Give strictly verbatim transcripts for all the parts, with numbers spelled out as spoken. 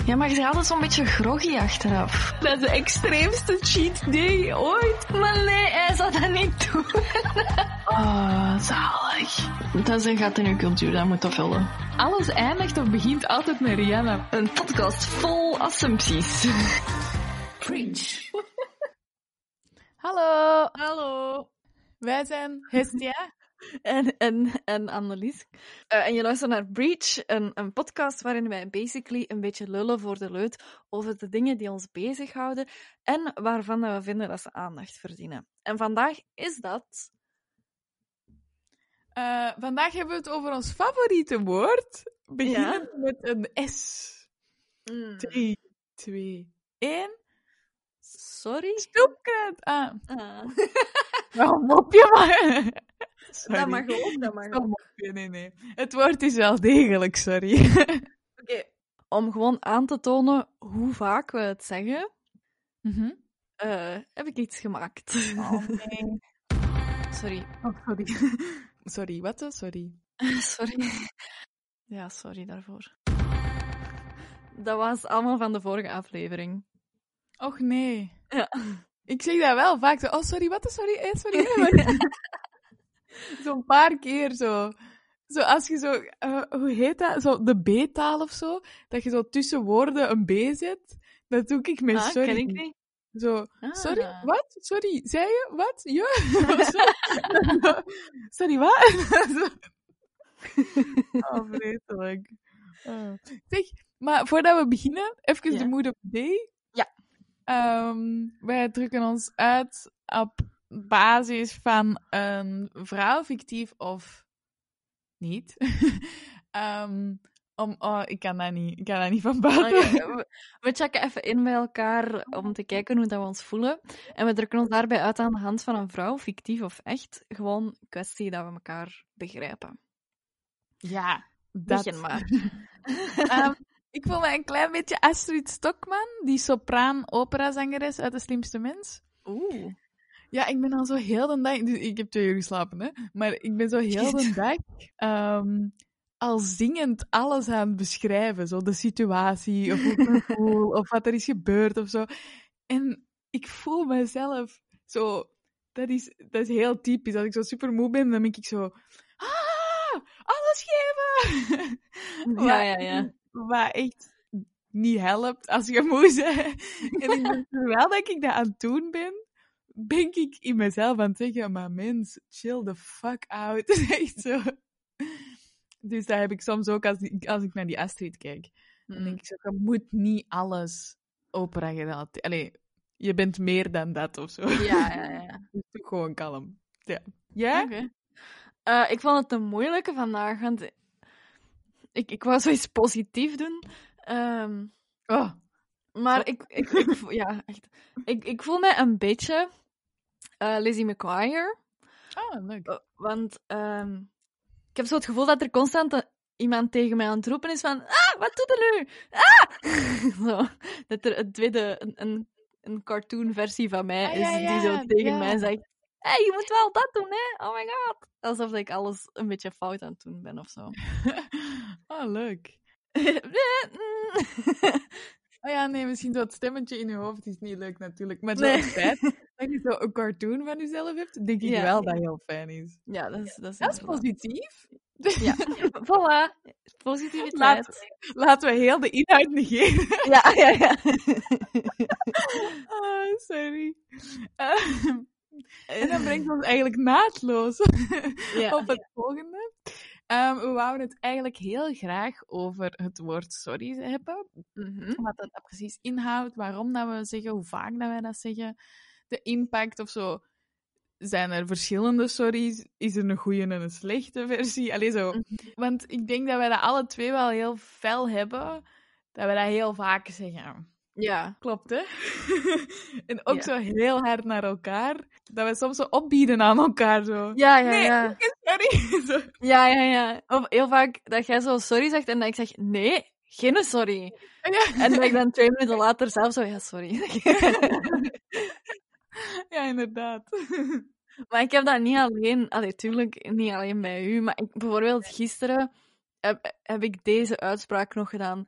Ja, maar je gaat altijd zo'n beetje groggy achteraf. Dat is de extreemste cheat day ooit. Maar nee, hij zou dat niet doen. Oh, zalig. Dat is een gat in uw cultuur, dat moet dat vullen. Alles eindigt of begint altijd met Rihanna. Een podcast vol assumpties. Preach. Hallo. Hallo. Wij zijn Hestia. En, en, en Annelies. Uh, en je luistert naar Breach, een, een podcast waarin wij basically een beetje lullen voor de leut over de dingen die ons bezighouden en waarvan we vinden dat ze aandacht verdienen. En vandaag is dat... Uh, vandaag hebben we het over ons favoriete woord. Beginnend Ja? met een S. Mm. drie, twee, één. Sorry? Stoepkruid. Ah. Ah. Waarom mop je maar? Sorry. Dat mag ook, dat mag ook. Mopje, nee, nee. Het woord is wel degelijk, sorry. Oké, okay. Om gewoon aan te tonen hoe vaak we het zeggen, Mm-hmm. uh, heb ik iets gemaakt. Oh, nee. Sorry. Oh, sorry. Sorry, wat? Sorry. Sorry. Ja, sorry daarvoor. Dat was allemaal van de vorige aflevering. Och, nee. Ja. Ik zeg dat wel vaak zo. Oh, sorry, wat? Sorry, eh, sorry. Eh, Zo'n paar keer zo. Zo als je zo... Uh, hoe heet dat? Zo de B-taal of zo. Dat je zo tussen woorden een B zet. Dat doe ik met Ah, sorry. ken ik niet. Zo, Ah. sorry, wat? Sorry, zei je? Wat? Ja? Sorry, sorry wat? Oh, vreselijk. Oh. Zeg, maar voordat we beginnen, even Ja. de mood of the day. Ja. Um, wij drukken ons uit op basis van een vrouw, fictief of niet. um, om, oh, ik kan dat niet. Ik kan dat niet van buiten. Okay, we, we checken even in bij elkaar om te kijken hoe dat we ons voelen. En we drukken ons daarbij uit aan de hand van een vrouw, fictief of echt. Gewoon kwestie dat we elkaar begrijpen. Ja, dat. Begin maar. um, ik voel me een klein beetje Astrid Stockman, die sopraan-operazangeres uit De Slimste Mens. Oeh. Ja, ik ben al zo heel de dag... Dus ik heb twee uur geslapen, hè. Maar ik ben zo heel de dag um, al zingend alles aan het beschrijven. Zo de situatie, of hoe ik me voel, of wat er is gebeurd, of zo. En ik voel mezelf zo... Dat is, dat is heel typisch. Als ik zo super moe ben, dan denk ik zo... Ah, alles geven! Ja, ja, ja. Wat echt niet helpt als je moe bent. En ik ben, terwijl dat ik dat aan het doen ben, ben ik in mezelf aan het zeggen, maar mens, chill the fuck out. Echt zo. Dus dat heb ik soms ook als, ik, als ik naar die Astrid kijk. Mm. Dan denk ik zo, je moet niet alles opera gerelateerd. Allee, je bent meer dan dat of zo. Ja, ja, ja. Dus doe gewoon kalm. Ja? Ja? Oké. Okay. Uh, ik vond het een moeilijke vandaag, want ik, ik wou zoiets positief doen. Um, Oh. maar ik, ik, ik, ik, ja, echt. Ik, ik voel mij een beetje uh, Lizzie McGuire. Oh, leuk. Uh, want um, ik heb zo het gevoel dat er constant een, iemand tegen mij aan het roepen is van ah, wat doet er nu? Ah! Zo, dat er een tweede, een, een, een cartoon-versie van mij ah, is ja, ja, die zo tegen ja. mij zegt hé, hey, je moet wel dat doen, hè? Oh my god. Alsof ik alles een beetje fout aan het doen ben of zo. Oh, leuk. Oh ja, nee, misschien zo het stemmetje in je hoofd is niet leuk natuurlijk. Maar zo Nee. het feit dat je zo een cartoon van jezelf hebt, denk ik Ja. wel dat heel fijn is. Ja, dat is, dat is, Dat is positief. Ja, voilà. Positiviteit. Laat, laten we heel de inhoud negeren. Ja, ja, ja. Oh, sorry. Uh, en dan brengt ons eigenlijk naadloos Ja. op het volgende. Um, we wouden het eigenlijk heel graag over het woord sorry hebben. Mm-hmm. Wat dat precies inhoudt, waarom dat we zeggen, hoe vaak dat wij dat zeggen, de impact of zo. Zijn er verschillende sorry's? Is er een goede en een slechte versie? Allee, zo. Mm-hmm. Want ik denk dat wij dat alle twee wel heel fel hebben, dat wij dat heel vaak zeggen. Ja. Klopt, hè? En ook Ja. zo heel hard naar elkaar, dat we soms zo opbieden aan elkaar. Zo. Ja, ja, nee, ja. sorry. Zo. Ja, ja, ja. Of heel vaak dat jij zo sorry zegt en dat ik zeg, nee, geen sorry. Ja. En dat ik dan twee minuten later zelf zo, ja, sorry. Ja, inderdaad. Maar ik heb dat niet alleen, allee, tuurlijk niet alleen bij u, maar ik, bijvoorbeeld gisteren heb, heb ik deze uitspraak nog gedaan.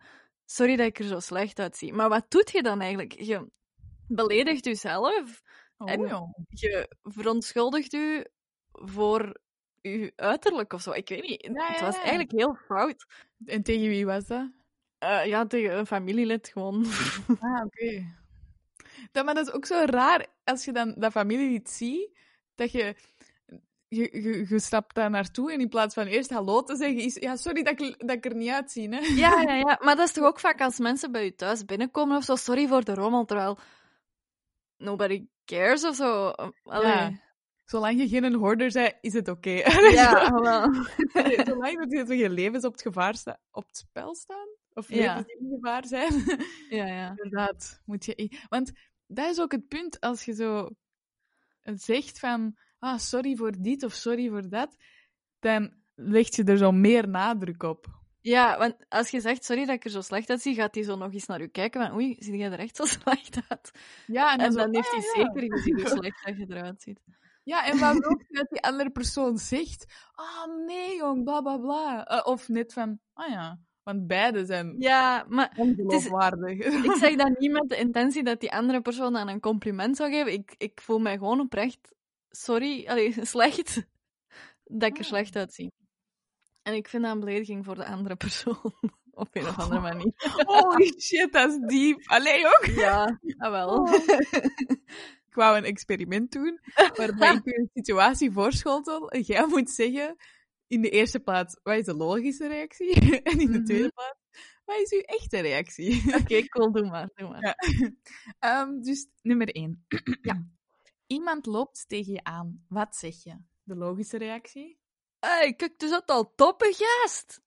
sorry dat ik er zo slecht uitzie. Maar wat doet je dan eigenlijk? Je beledigt jezelf Oh, en ja. je verontschuldigt je voor je uiterlijk of zo. Ik weet niet. Ja, Het ja, was ja. eigenlijk heel fout. En tegen wie was dat? Uh, ja, tegen een familielid gewoon. Ah, oké. Okay. Dat, maar dat is ook zo raar, als je dan dat familielid ziet, dat je... Je, je, je stapt daar naartoe en in plaats van eerst hallo te zeggen, is ja, sorry dat ik, dat ik er niet uitzie, hè. Ja, ja, ja. Maar dat is toch ook vaak als mensen bij je thuis binnenkomen of zo, sorry voor de rommel, terwijl nobody cares of zo. Allee. Ja. Zolang je geen hoorder bent, is het oké. Okay. Ja, wel. Zolang dat je, je levens op het, gevaar sta, op het spel staan, of levens ja. in gevaar zijn. Ja, ja. Inderdaad, moet je... Want dat is ook het punt, als je zo zegt van, ah, sorry voor dit of sorry voor dat, dan leg je er zo meer nadruk op. Ja, want als je zegt, sorry dat ik er zo slecht uitzie, gaat hij zo nog eens naar je kijken van, oei, zie jij er echt zo slecht uit? Ja, en dan, en zo, dan heeft hij ah, ja. zeker gezien hoe slecht dat je eruit ziet. Ja, en wat wil je dat die andere persoon zegt? Ah, oh, nee, jong, bla, bla, bla. Uh, of net van, ah ja, want beide zijn ja, maar ongeloofwaardig. Is, ik zeg dat niet met de intentie dat die andere persoon dan een compliment zou geven. Ik, ik voel mij gewoon oprecht, sorry, allee, slecht, dat ik er slecht uitzie. En ik vind dat een belediging voor de andere persoon. Op een of andere manier. Holy shit, dat is diep. Allee, ook. Ja, ah, wel. Oh. Ik wou een experiment doen, waarbij ik je een situatie voorschotel en jij moet zeggen, in de eerste plaats, wat is de logische reactie? En in de tweede mm-hmm. plaats, wat is uw echte reactie? Oké, okay, cool, doe maar. Doe maar. Ja. Um, dus nummer één. Ja. Iemand loopt tegen je aan. Wat zeg je? De logische reactie? Hey, kijk, dus dat al toppe gast.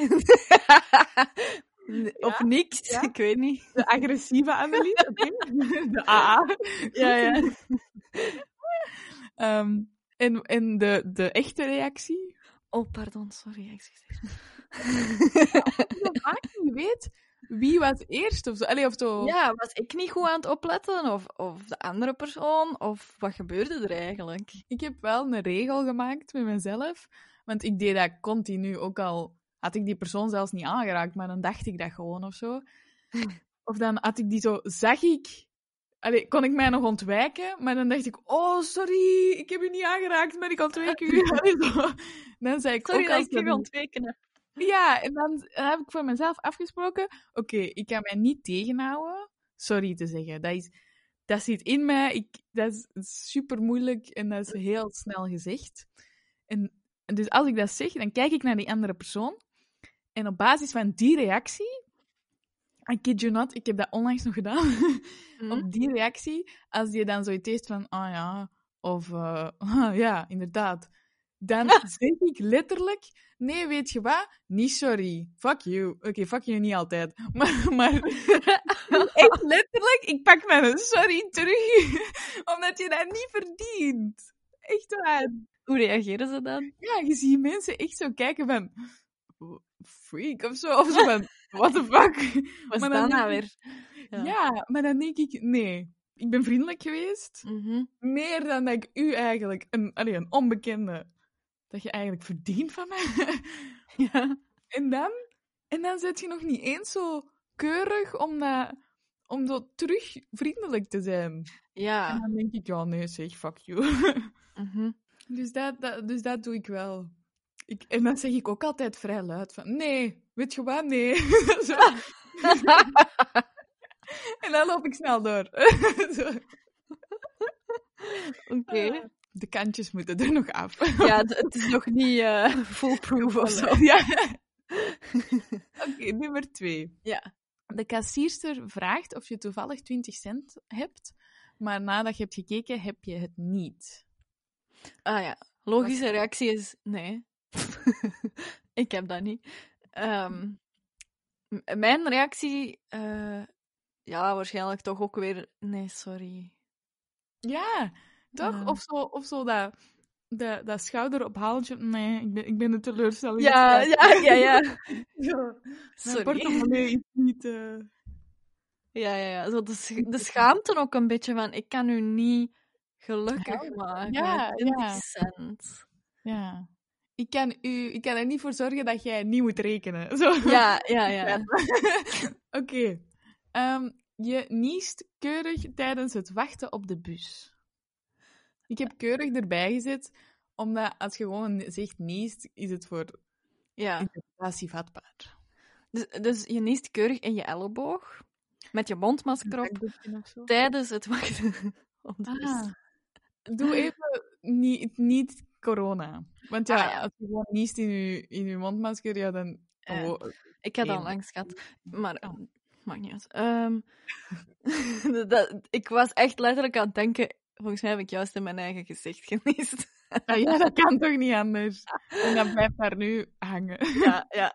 Of ja? niks, Ja? ik weet niet. De agressieve Annelies, oké. Okay. De A A. Ja, ja. Um, en en de, de echte reactie? Oh, pardon, sorry, excuseer. Ja, vaak niet weet wie was eerst of zo. Allee, of zo. Ja, was ik niet goed aan het opletten? Of, of de andere persoon? Of wat gebeurde er eigenlijk? Ik heb wel een regel gemaakt met mezelf. Want ik deed dat continu. Ook al had ik die persoon zelfs niet aangeraakt, maar dan dacht ik dat gewoon of zo. Of dan had ik die zo... Zag ik... Allee, kon ik mij nog ontwijken, maar dan dacht ik, oh, sorry, ik heb u niet aangeraakt, maar ik ontwijk u. Dan zei ik sorry ook dat als ik je ontweken heb. Ja, en dan, dan heb ik voor mezelf afgesproken, oké, okay, ik kan mij niet tegenhouden, sorry te zeggen. Dat, is, dat zit in mij, ik, dat is super moeilijk en dat is heel snel gezegd. En, en dus als ik dat zeg, dan kijk ik naar die andere persoon en op basis van die reactie, I kid you not, ik heb dat onlangs nog gedaan, mm. op die reactie, als die dan zoiets heeft van, ah oh ja, of uh, ja, inderdaad, dan zeg ik letterlijk, nee, weet je wat? Niet sorry. Fuck you. Oké, okay, fuck you niet altijd. Maar, maar echt letterlijk, ik pak mijn sorry terug, omdat je dat niet verdient. Echt waar. Hoe reageren ze dan? Ja, je ziet mensen echt zo kijken van, freak of zo, of zo van, what the fuck? Wat is dat nou weer? Ja. ja, maar dan denk ik, nee. Ik ben vriendelijk geweest. Mm-hmm. Meer dan dat ik u eigenlijk, een, allee, een onbekende, dat je eigenlijk verdient van mij. Ja. En dan, en dan zit je nog niet eens zo keurig om, dat, om zo terug vriendelijk te zijn. Ja. En dan denk ik, ja, nee, zeg, fuck you. Mm-hmm. Dus, dat, dat, dus dat doe ik wel. Ik, en dan zeg ik ook altijd vrij luid van, nee, weet je wat, nee. Zo. En dan loop ik snel door. Oké. Okay. De kantjes moeten er nog af. Ja, het is nog niet uh, foolproof of zo. Ja. Oké, okay, nummer twee. Ja. De kassierster vraagt of je toevallig twintig cent hebt, maar nadat je hebt gekeken, heb je het niet. Ah ja, logische reactie is nee. Ik heb dat niet. Um, m- mijn reactie, uh, ja, waarschijnlijk toch ook weer nee, sorry. Ja, toch? Ja. Of zo, of zo dat, dat, dat schouderophalentje. Nee, ik ben, ik ben de teleurstelling. Ja, ja, ja, ja. Zo. Sorry. Mijn portemonnee is niet... Uh... Ja, ja, ja. Zo de, sch- de schaamte ook een beetje van, ik kan u niet gelukkig maken. Ja, twintig ja. cent. Ja. ik kan, u, ik kan er niet voor zorgen dat jij niet moet rekenen. Zo. Ja, ja, ja. Oké. Okay. Um, je niest keurig tijdens het wachten op de bus. Ik heb keurig erbij gezet, omdat als je gewoon zegt niest, is het voor ja. interpretatie vatbaar. Dus, dus je niest keurig in je elleboog, met je mondmasker op, tijdens het wachten op de bus. Ah. Doe even niet, niet corona. Want ja, ah, ja, als je gewoon niest in je, in je mondmasker, ja, dan... Eh, oh, ik heb dat één. langs gehad, maar Oh. maakt niet uit. Um, dat, ik was echt letterlijk aan het denken, volgens mij heb ik juist in mijn eigen gezicht geniest. Ah, ja, dat kan toch niet anders? En dat blijft daar nu hangen. Ja, ja.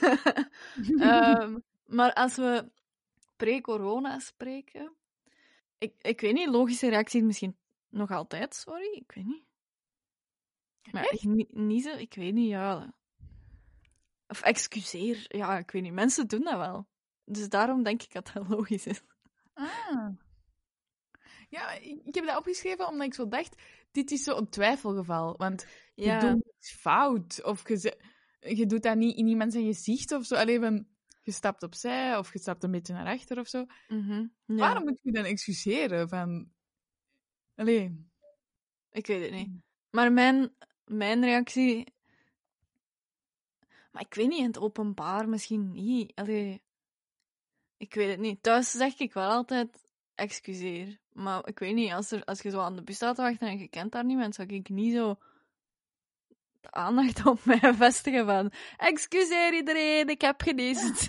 um, maar als we pre-corona spreken, ik, ik weet niet, logische reactie misschien nog altijd, sorry, ik weet niet. Maar Echt? niezen, ik weet niet, ja. Of excuseer, ja, ik weet niet. Mensen doen dat wel. Dus daarom denk ik dat dat logisch is. Ah. Ja, ik, ik heb dat opgeschreven omdat ik zo dacht, dit is zo'n twijfelgeval. Want je Ja. doet iets fout. Of je, ze- je doet dat niet in iemand zijn gezicht of zo. Alleen van, je stapt opzij of je stapt een beetje naar achter of zo. Mm-hmm. Ja. Waarom moet je dan excuseren? Van... Allee. Ik weet het niet. Maar mijn, mijn reactie... Maar ik weet niet, in het openbaar misschien niet. Allee, ik weet het niet. Thuis zeg ik wel altijd excuseer. Maar ik weet niet, als, er, als je zo aan de bus staat te wachten en je kent daar niemand, zou ik niet zo de aandacht op mij vestigen van excuseer iedereen, ik heb geniest.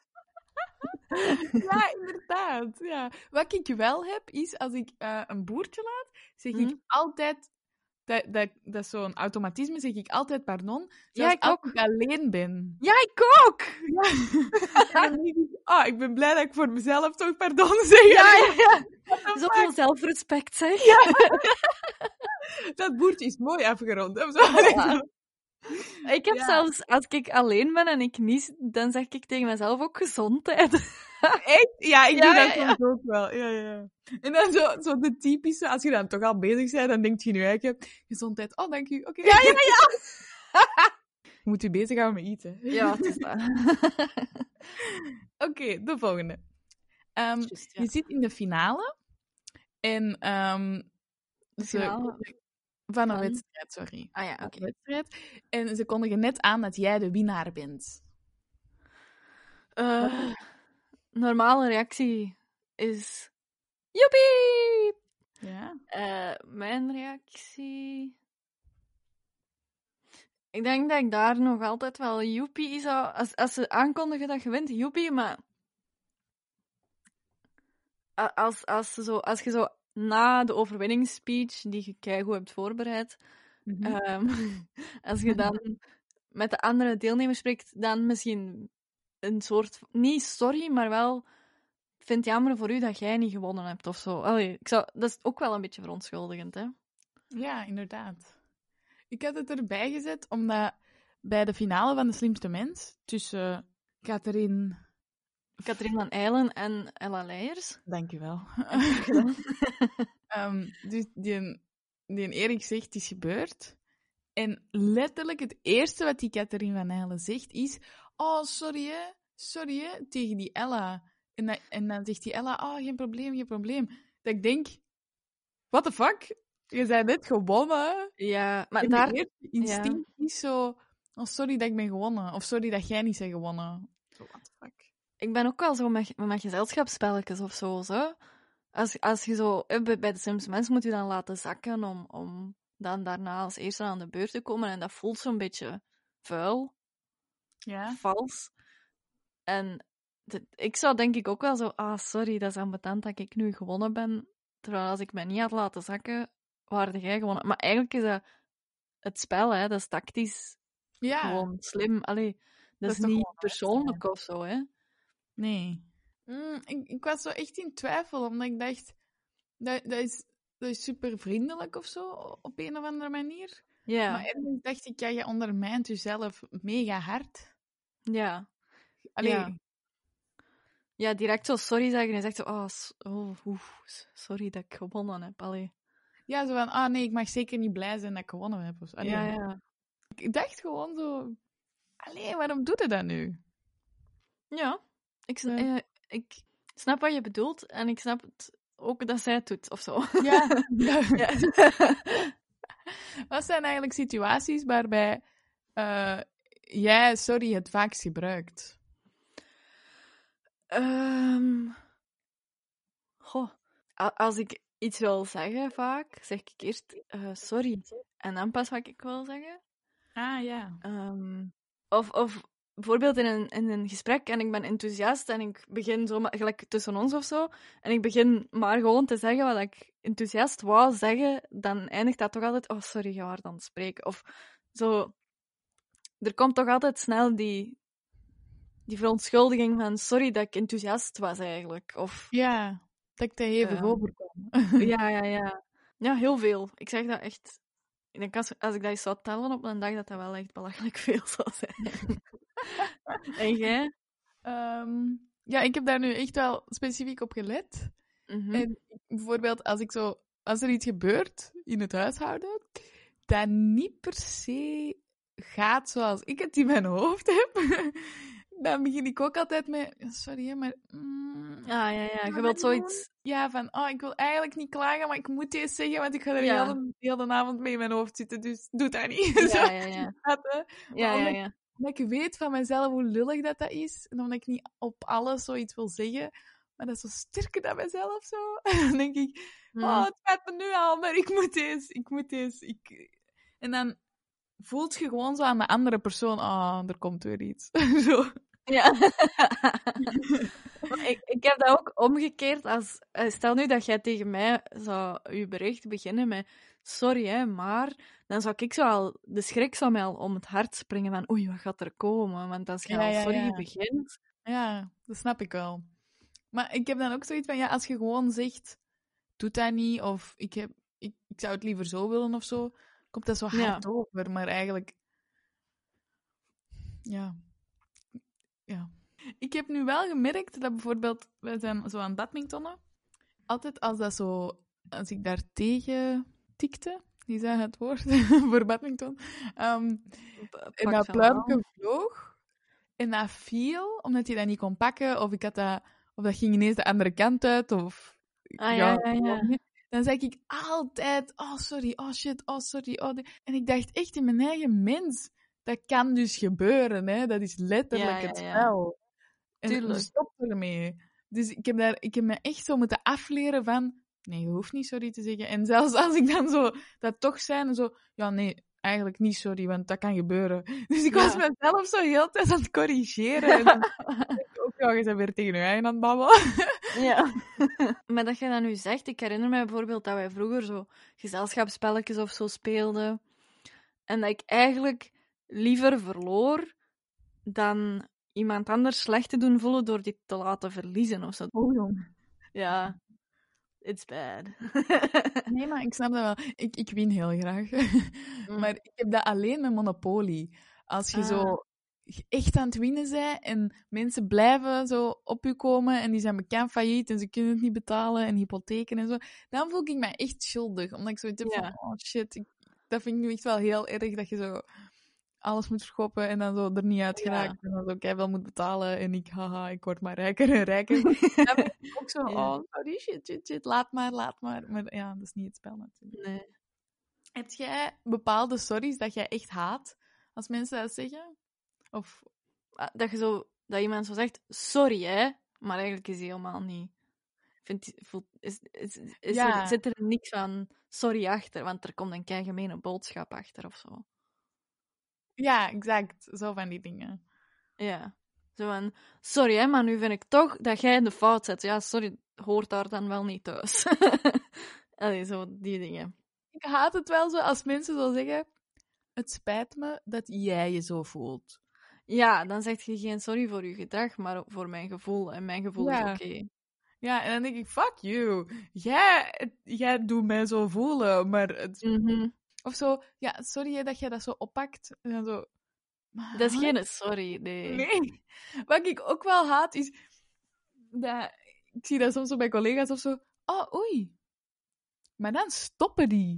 Ja, inderdaad. Ja. Wat ik wel heb, is als ik uh, een boertje laat, zeg Hm? ik altijd... Dat, dat, dat is zo'n automatisme, zeg ik altijd pardon. Ja, Zelfs ik als ook. ik alleen ben. Ja, ik ook! Ja. En dan denk ik, ah, ik ben blij dat ik voor mezelf toch pardon zeg. Ja, ja, ja. Zoveel zelfrespect, zeg. Ja. Dat boertje is mooi afgerond. Of zo. Ja. Ik heb Ja. zelfs, als ik alleen ben en ik nies, dan zeg ik tegen mezelf ook gezondheid. Echt? Ja, ik Ja, doe dat ja, ja. soms ook wel. Ja, ja. En dan zo, zo de typische, als je dan toch al bezig bent, dan denkt je nu eigenlijk, gezondheid, oh, dank u, oké. Okay. Ja, ja, ja. Je moet je bezighouden met eten. Ja, het is waar. Oké, okay, de volgende. Um, Just, ja. Je zit in de finale en um, de finale ze, van een van... wedstrijd, sorry. Ah ja, oké. Okay. Wedstrijd. En ze kondigen net aan dat jij de winnaar bent. Uh, normale reactie is joepie! Ja. Uh, mijn reactie... Ik denk dat ik daar nog altijd wel joepie zou... Als, als ze aankondigen dat je wint, joepie, maar... Als, als, zo, als je zo na de overwinningsspeech, die je keigoed hebt voorbereid, mm-hmm. um, als je dan met de andere deelnemers spreekt, dan misschien een soort... Niet sorry, maar wel... Vind het jammer voor u dat jij niet gewonnen hebt, of zo. Allee, ik zou, dat is ook wel een beetje verontschuldigend, hè? Ja, inderdaad. Ik had het erbij gezet, omdat bij de finale van De Slimste Mens, tussen Catherine... Catherine van Eilen en Ella Leijers. Dankjewel. um, dus die, die Erik zegt, het is gebeurd. En letterlijk het eerste wat die Catherine van Eilen zegt is... Oh, sorry hè, sorry hè, tegen die Ella. En, dat, en dan zegt die Ella, oh, geen probleem, geen probleem. Dat ik denk, what the fuck? Je bent net gewonnen. Ja, maar en daar... Het eerste instinct ja. is zo... Oh, sorry dat ik ben gewonnen. Of sorry dat jij niet bent gewonnen. So, what the fuck? Ik ben ook wel zo met, met gezelschapsspelletjes of zo. zo. Als, als je zo... Bij de Slimste Mens moet je dan laten zakken om, om dan daarna als eerste aan de beurt te komen. En dat voelt zo'n beetje vuil. Ja. Vals. En de, ik zou denk ik ook wel zo... Ah, sorry, dat is ambetant dat ik nu gewonnen ben. Terwijl als ik mij niet had laten zakken, waren jij gewonnen. Maar eigenlijk is dat het spel, hè. Dat is tactisch. Ja. Gewoon slim. Allee, dat, dat is, is niet persoonlijk of zo, hè. Nee. Mm, ik, ik was zo echt in twijfel, omdat ik dacht... Dat, dat, is, dat is super vriendelijk of zo, op een of andere manier. Ja. Maar ergens dacht ik, ja, je ondermijnt jezelf mega hard. Ja. Allee. Ja. Ja, direct zo sorry zeggen en zegt zo, oh, oh oef, sorry dat ik gewonnen heb. Allee. Ja, zo van, ah nee, ik mag zeker niet blij zijn dat ik gewonnen heb. Of, ja, ja. Ik dacht gewoon zo... Allee, waarom doe je dat nu? Ja, ik, sn- Ja. eh, ik snap wat je bedoelt en ik snap het ook dat zij het doet, of zo. Ja. ja. Ja. Wat zijn eigenlijk situaties waarbij uh, jij sorry het vaakst gebruikt? Um, goh. A- Als ik iets wil zeggen, vaak, zeg ik eerst uh, sorry. En dan pas wat ik wil zeggen. Ah, ja. Um, of, of bijvoorbeeld in een, in een gesprek en ik ben enthousiast en ik begin zo, gelijk tussen ons of zo, en ik begin maar gewoon te zeggen wat ik enthousiast wou zeggen, dan eindigt dat toch altijd, oh sorry, ga hard aan het spreken. Of zo, er komt toch altijd snel die, die verontschuldiging van, sorry dat ik enthousiast was eigenlijk. Of, ja, dat ik dat even uh, overkwam. ja, ja, ja. Ja, heel veel. Ik zeg dat echt... Ik denk, als, als ik dat eens zou tellen op een dag, dat dat wel echt belachelijk veel zou zijn. En jij? Um, ja, ik heb daar nu echt wel specifiek op gelet. Mm-hmm. En bijvoorbeeld, als, ik zo, als er iets gebeurt in het huishouden, dat niet per se gaat zoals ik het in mijn hoofd heb, dan begin ik ook altijd met... Sorry, hè, maar... Mm, ah, ja, ja. Je wilt zoiets... Ja, van... Oh, ik wil eigenlijk niet klagen, maar ik moet deze zeggen, want ik ga er Ja. heel de, heel de avond mee in mijn hoofd zitten, dus doe dat niet. Ja, Zo, ja, ja. dat, hè. Ja, ja, omdat, ja. omdat ik weet van mezelf hoe lullig dat, dat is, en omdat ik niet op alles zoiets wil zeggen, maar dat is zo sterker dan mezelf, zo. Dan denk ik... Mm. Oh, het spijt me nu al, maar ik moet deze, ik moet deze. Ik... En dan voelt je gewoon zo aan de andere persoon, ah, oh, er komt weer iets. Zo. Ja. Maar ik, ik heb dat ook omgekeerd. Als, stel nu dat jij tegen mij zou je bericht beginnen met sorry, hè, maar... Dan zou ik zo al... De schrik zou mij al om het hart springen van oei, wat gaat er komen? Want als je Ja, al ja, sorry ja. begint... Ja, dat snap ik wel. Maar ik heb dan ook zoiets van, ja, als je gewoon zegt, doe dat niet, of ik, heb, ik, ik zou het liever zo willen of zo, komt dat zo hard Ja. over. Maar eigenlijk... Ja. Ja. Ik heb nu wel gemerkt dat bijvoorbeeld, wij zijn zo aan het badmintonnen, altijd als dat zo, als ik daar tegen tikte, die zei het woord voor badminton, um, en dat pluimpje vloog, en dat viel, omdat hij dat niet kon pakken, of ik had dat, of dat ging ineens de andere kant uit, of... Ah, ja, ja, ja. Dan zeg ik altijd, oh sorry, oh shit, oh sorry, oh... En ik dacht echt in mijn eigen mens, dat kan dus gebeuren, hè. Dat is letterlijk ja, ja, het ja. spel. Tuurlijk. En stop ermee. Dus ik heb, daar, ik heb me echt zo moeten afleren van... Nee, je hoeft niet sorry te zeggen. En zelfs als ik dan zo dat toch zei, en zo... Ja, nee, eigenlijk niet sorry, want dat kan gebeuren. Dus ik ja. was mezelf zo heel de tijd aan het corrigeren. En dan ook, ja, je bent weer tegen je eigen aan het babbelen. Ja. Maar dat je dat nu zegt, ik herinner me bijvoorbeeld dat wij vroeger zo gezelschapsspelletjes of zo speelden. En dat ik eigenlijk liever verloor dan iemand anders slecht te doen voelen door dit te laten verliezen of zo. Oh, jong. Ja, it's bad. Nee, maar ik snap dat wel. Ik, ik win heel graag. Mm. Maar ik heb dat alleen met Monopoly. Als je ah. zo echt aan het winnen bent en mensen blijven zo op je komen en die zijn bekend failliet en ze kunnen het niet betalen en hypotheken en zo, dan voel ik me echt schuldig. Omdat ik zoiets heb ja. van, oh shit, ik, dat vind ik nu echt wel heel erg dat je zo alles moet verkopen en dan zo er niet uit geraakt. Ja. En dan zo keiveel moet betalen en ik, haha, ik word maar rijker en rijker. Dan ben ik ook zo, ja. oh, sorry, shit, shit, shit, laat maar, laat maar. Maar ja, dat is niet het spel natuurlijk. Nee. Heb jij bepaalde sorry's dat jij echt haat, als mensen dat zeggen? Of... Dat je zo, dat iemand zo zegt, sorry hè, maar eigenlijk is hij helemaal niet. Vind, voelt, is, is, is ja. er, zit er niks van sorry achter, want er komt een keigemene boodschap achter of zo. Ja, exact. Zo van die dingen. Ja. Zo van, sorry hè, maar nu vind ik toch dat jij in de fout zit. Ja, sorry, hoort daar dan wel niet thuis. Allee, zo die dingen. Ik haat het wel zo als mensen zo zeggen, het spijt me dat jij je zo voelt. Ja, dan zeg je geen sorry voor je gedrag, maar voor mijn gevoel. En mijn gevoel ja. is oké. Okay. Ja, en dan denk ik, fuck you. Jij, jij doet mij zo voelen, maar... Het... Mm-hmm. Of zo, ja, sorry hè, dat jij dat zo oppakt. En dan zo... Maar... Dat is geen sorry, nee. Nee. Wat ik ook wel haat, is... Dat... Ik zie dat soms zo bij collega's of zo. Oh, oei. Maar dan stoppen die.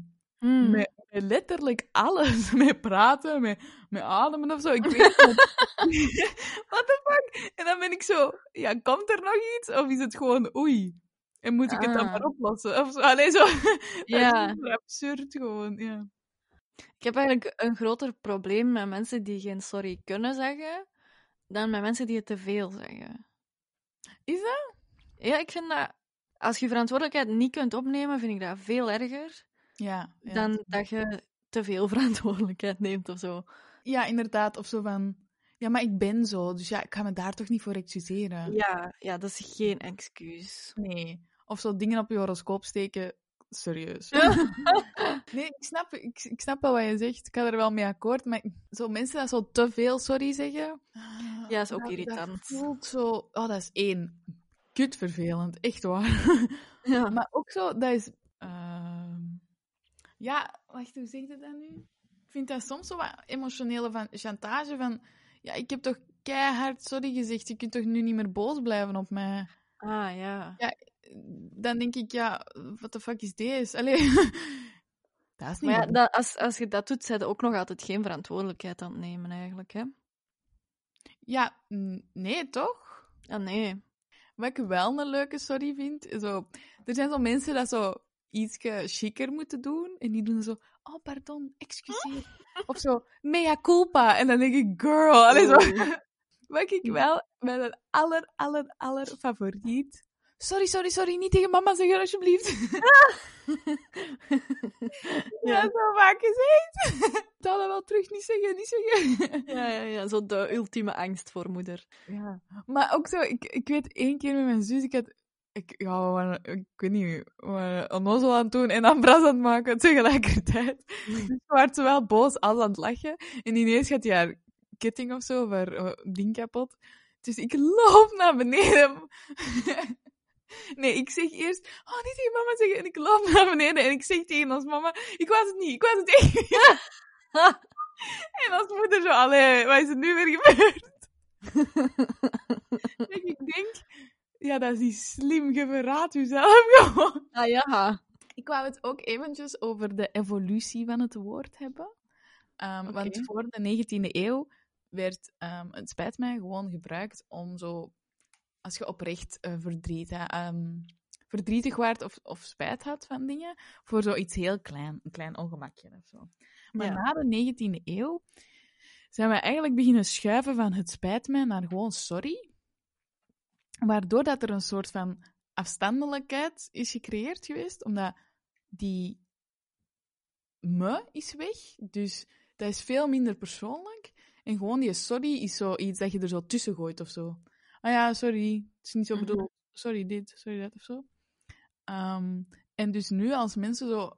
Mm. Met, met letterlijk alles. Met praten, met, met ademen of zo. Ik weet niet. What the fuck? En dan ben ik zo... Ja, komt er nog iets? Of is het gewoon oei? En moet ik het dan Ah. maar oplossen? Of zo. Allee, zo. Ja. Dat is super absurd gewoon, ja. Ik heb eigenlijk een groter probleem met mensen die geen sorry kunnen zeggen, dan met mensen die het te veel zeggen. Is dat? Ja, ik vind dat... Als je verantwoordelijkheid niet kunt opnemen, vind ik dat veel erger Ja. Ja, dan dat je te veel verantwoordelijkheid neemt of zo. ja, inderdaad. Of zo van... Ja, maar ik ben zo. Dus ja, ik ga me daar toch niet voor excuseren. Ja, ja, dat is geen excuus. Nee. Of zo dingen op je horoscoop steken. Serieus. Nee, ik snap, ik, ik snap wel wat je zegt. Ik ga er wel mee akkoord. Maar zo mensen dat zo te veel sorry zeggen... Ja, is ook dat, irritant. Dat voelt zo... Oh, dat is één. Kut vervelend. Echt waar. Ja. Maar ook zo, dat is... Uh... Ja, wacht, hoe zeg je dat nu? Ik vind dat soms zo wat emotionele van, chantage van... Ja, ik heb toch keihard sorry gezegd. Je kunt toch nu niet meer boos blijven op mij? Ah, ja. Ja, dan denk ik, ja, what the fuck is deze? Allee, dat is niet... Maar ja, dat, als, als je dat doet, zijn je ook nog altijd geen verantwoordelijkheid aan het nemen, eigenlijk, hè? Ja, n- nee, toch? Ah, nee. Wat ik wel een leuke sorry vind, zo... Er zijn zo mensen dat zo iets chiquer moeten doen, en die doen zo... Oh, pardon, excuseer. Of zo, mea culpa. En dan denk ik, girl. Allee, zo... Wat ik wel, mijn aller, aller, aller favoriet... Sorry, sorry, sorry, niet tegen mama zeggen, alsjeblieft. Ja, zo vaak gezegd. Ik zal dat wel terug niet zeggen, niet zeggen. Ja, ja, ja, zo de ultieme angst voor moeder. Ja. Maar ook zo, ik, ik weet één keer met mijn zus, ik had... Ik, ja, we waren, ik weet niet, we waren onnozel aan het doen en ambras aan het maken tegelijkertijd. Dus we waren zowel boos als aan het lachen. En ineens gaat die haar ketting of zo, of haar uh, ding kapot. Dus ik loop naar beneden. Nee, ik zeg eerst, oh, niet tegen mama zeggen. En ik loop naar beneden en ik zeg tegen ons mama, ik was het niet, ik was het echt. En als moeder zo, allee, wat is er nu weer gebeurd? En ik denk, ja, dat is niet slim, je verraadt jezelf gewoon. Ah ja. Ik wou het ook eventjes over de evolutie van het woord hebben. Um, Okay. Want voor de negentiende eeuw werd, um, het spijt mij, gewoon gebruikt om zo... Als je oprecht uh, verdriet, hè, um, verdrietig waart of, of spijt had van dingen, voor zoiets heel klein, een klein ongemakje of zo. Maar Ja. na de negentiende eeuw zijn we eigenlijk beginnen schuiven van het spijt mij naar gewoon sorry. Waardoor dat er een soort van afstandelijkheid is gecreëerd geweest, omdat die me is weg. Dus dat is veel minder persoonlijk. En gewoon die sorry is zoiets dat je er zo tussen gooit of zo. Ah ja, sorry, het is niet zo bedoeld. Sorry dit, sorry dat of zo. Um, en dus nu als mensen zo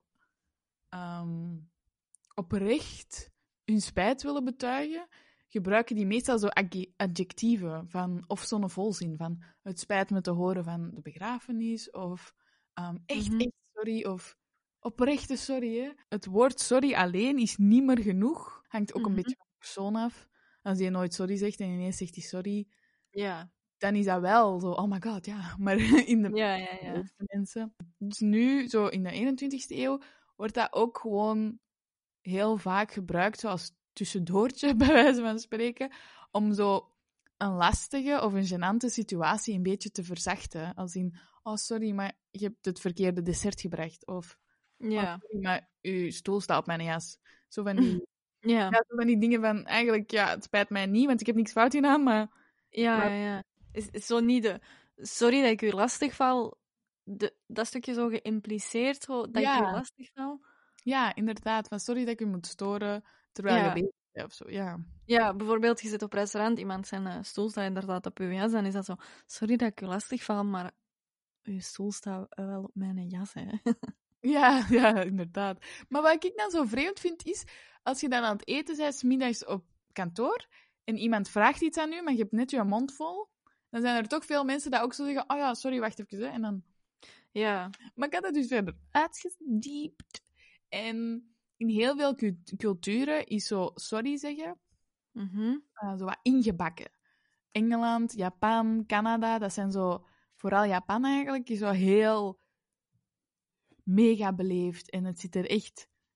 um, oprecht hun spijt willen betuigen, gebruiken die meestal zo adjectieven van, of zo'n volzin van het spijt me te horen van de begrafenis of um, echt, Mm-hmm. echt sorry of oprechte sorry. Hè. Het woord sorry alleen is niet meer genoeg. Hangt ook Mm-hmm. een beetje van de persoon af. Als je nooit sorry zegt en ineens zegt hij sorry, Ja. dan is dat wel zo, oh my god, ja. Maar in de Ja, ja, ja. meeste mensen... Dus nu, zo in de eenentwintigste eeuw, wordt dat ook gewoon heel vaak gebruikt, zoals tussendoortje, bij wijze van spreken, om zo een lastige of een gênante situatie een beetje te verzachten. Als in, oh sorry, maar je hebt het verkeerde dessert gebracht. Of, Ja. oh, sorry, maar je stoel staat op mijn jas. Zo van die, Ja. ja, zo van die dingen van, eigenlijk, ja, het spijt mij niet, want ik heb niks fout gedaan, maar... Ja, maar... ja, ja. Is, is zo niet de... Sorry dat ik u lastig val. De, dat stukje zo geïmpliceerd, zo, dat Ja. ik u lastig val. Ja, inderdaad. Van sorry dat ik u moet storen terwijl Ja. je bezig bent of zo. Ja. Ja, bijvoorbeeld, je zit op restaurant, iemand zijn uh, stoel staat inderdaad op uw jas, dan is dat zo... Sorry dat ik u lastig val, maar uw stoel staat uh, wel op mijn jas, hè. Ja, ja, inderdaad. Maar wat ik dan zo vreemd vind, is als je dan aan het eten bent, 's middags op kantoor, en iemand vraagt iets aan u, maar je hebt net je mond vol, dan zijn er toch veel mensen die ook zo zeggen, oh ja, sorry, wacht even, hè. En dan... Ja. Maar ik had dat dus verder uitgediept. En in heel veel cu- culturen is zo sorry zeggen Mm-hmm. uh, zo wat ingebakken. Engeland, Japan, Canada, dat zijn zo... Vooral Japan eigenlijk, is zo heel mega beleefd. En het zit er echt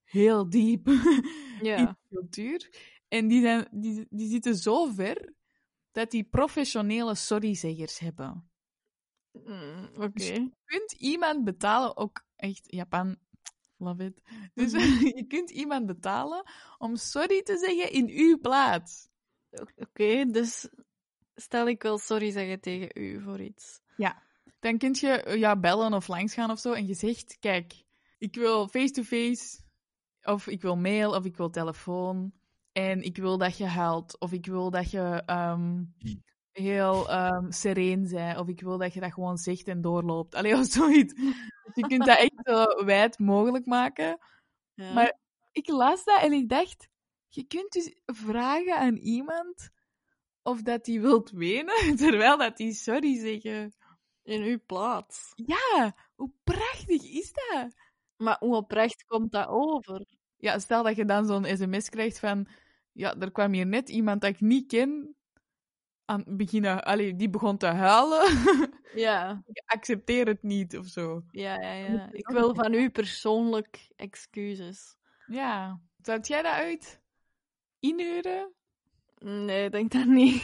heel diep Ja. in de cultuur. En die, zijn, die, die zitten zo ver dat die professionele sorryzeggers hebben. Mm, Oké. Dus je kunt iemand betalen, ook echt Japan, love it. Dus Mhm. je kunt iemand betalen om sorry te zeggen in uw plaats. Oké, dus stel ik wil sorry zeggen tegen u voor iets. Ja. Dan kun je eh, ja, bellen of langsgaan of zo en je zegt, kijk, ik wil face-to-face, of ik wil mail, of ik wil telefoon, en ik wil dat je huilt, of ik wil dat je ehm, heel ehm sereen bent, of ik wil dat je dat gewoon zegt en doorloopt. Allee, of zoiets. Dus je kunt dat echt zo wijd mogelijk maken. Ja. Maar ik las dat en ik dacht, je kunt dus vragen aan iemand of dat hij wilt wenen, terwijl dat die sorry zeggen. In uw plaats. Ja, hoe prachtig is dat? Maar hoe oprecht komt dat over? Ja, stel dat je dan zo'n sms krijgt van, ja, er kwam hier net iemand dat ik niet ken aan het beginnen, allee, die begon te huilen. Ja, Ik accepteer het niet, of zo. ja, ja, Dan moet ja. je Ik zo wil zeggen. van u persoonlijk excuses. Ja. Zou jij dat uit inhuren? Nee, ik denk dat niet.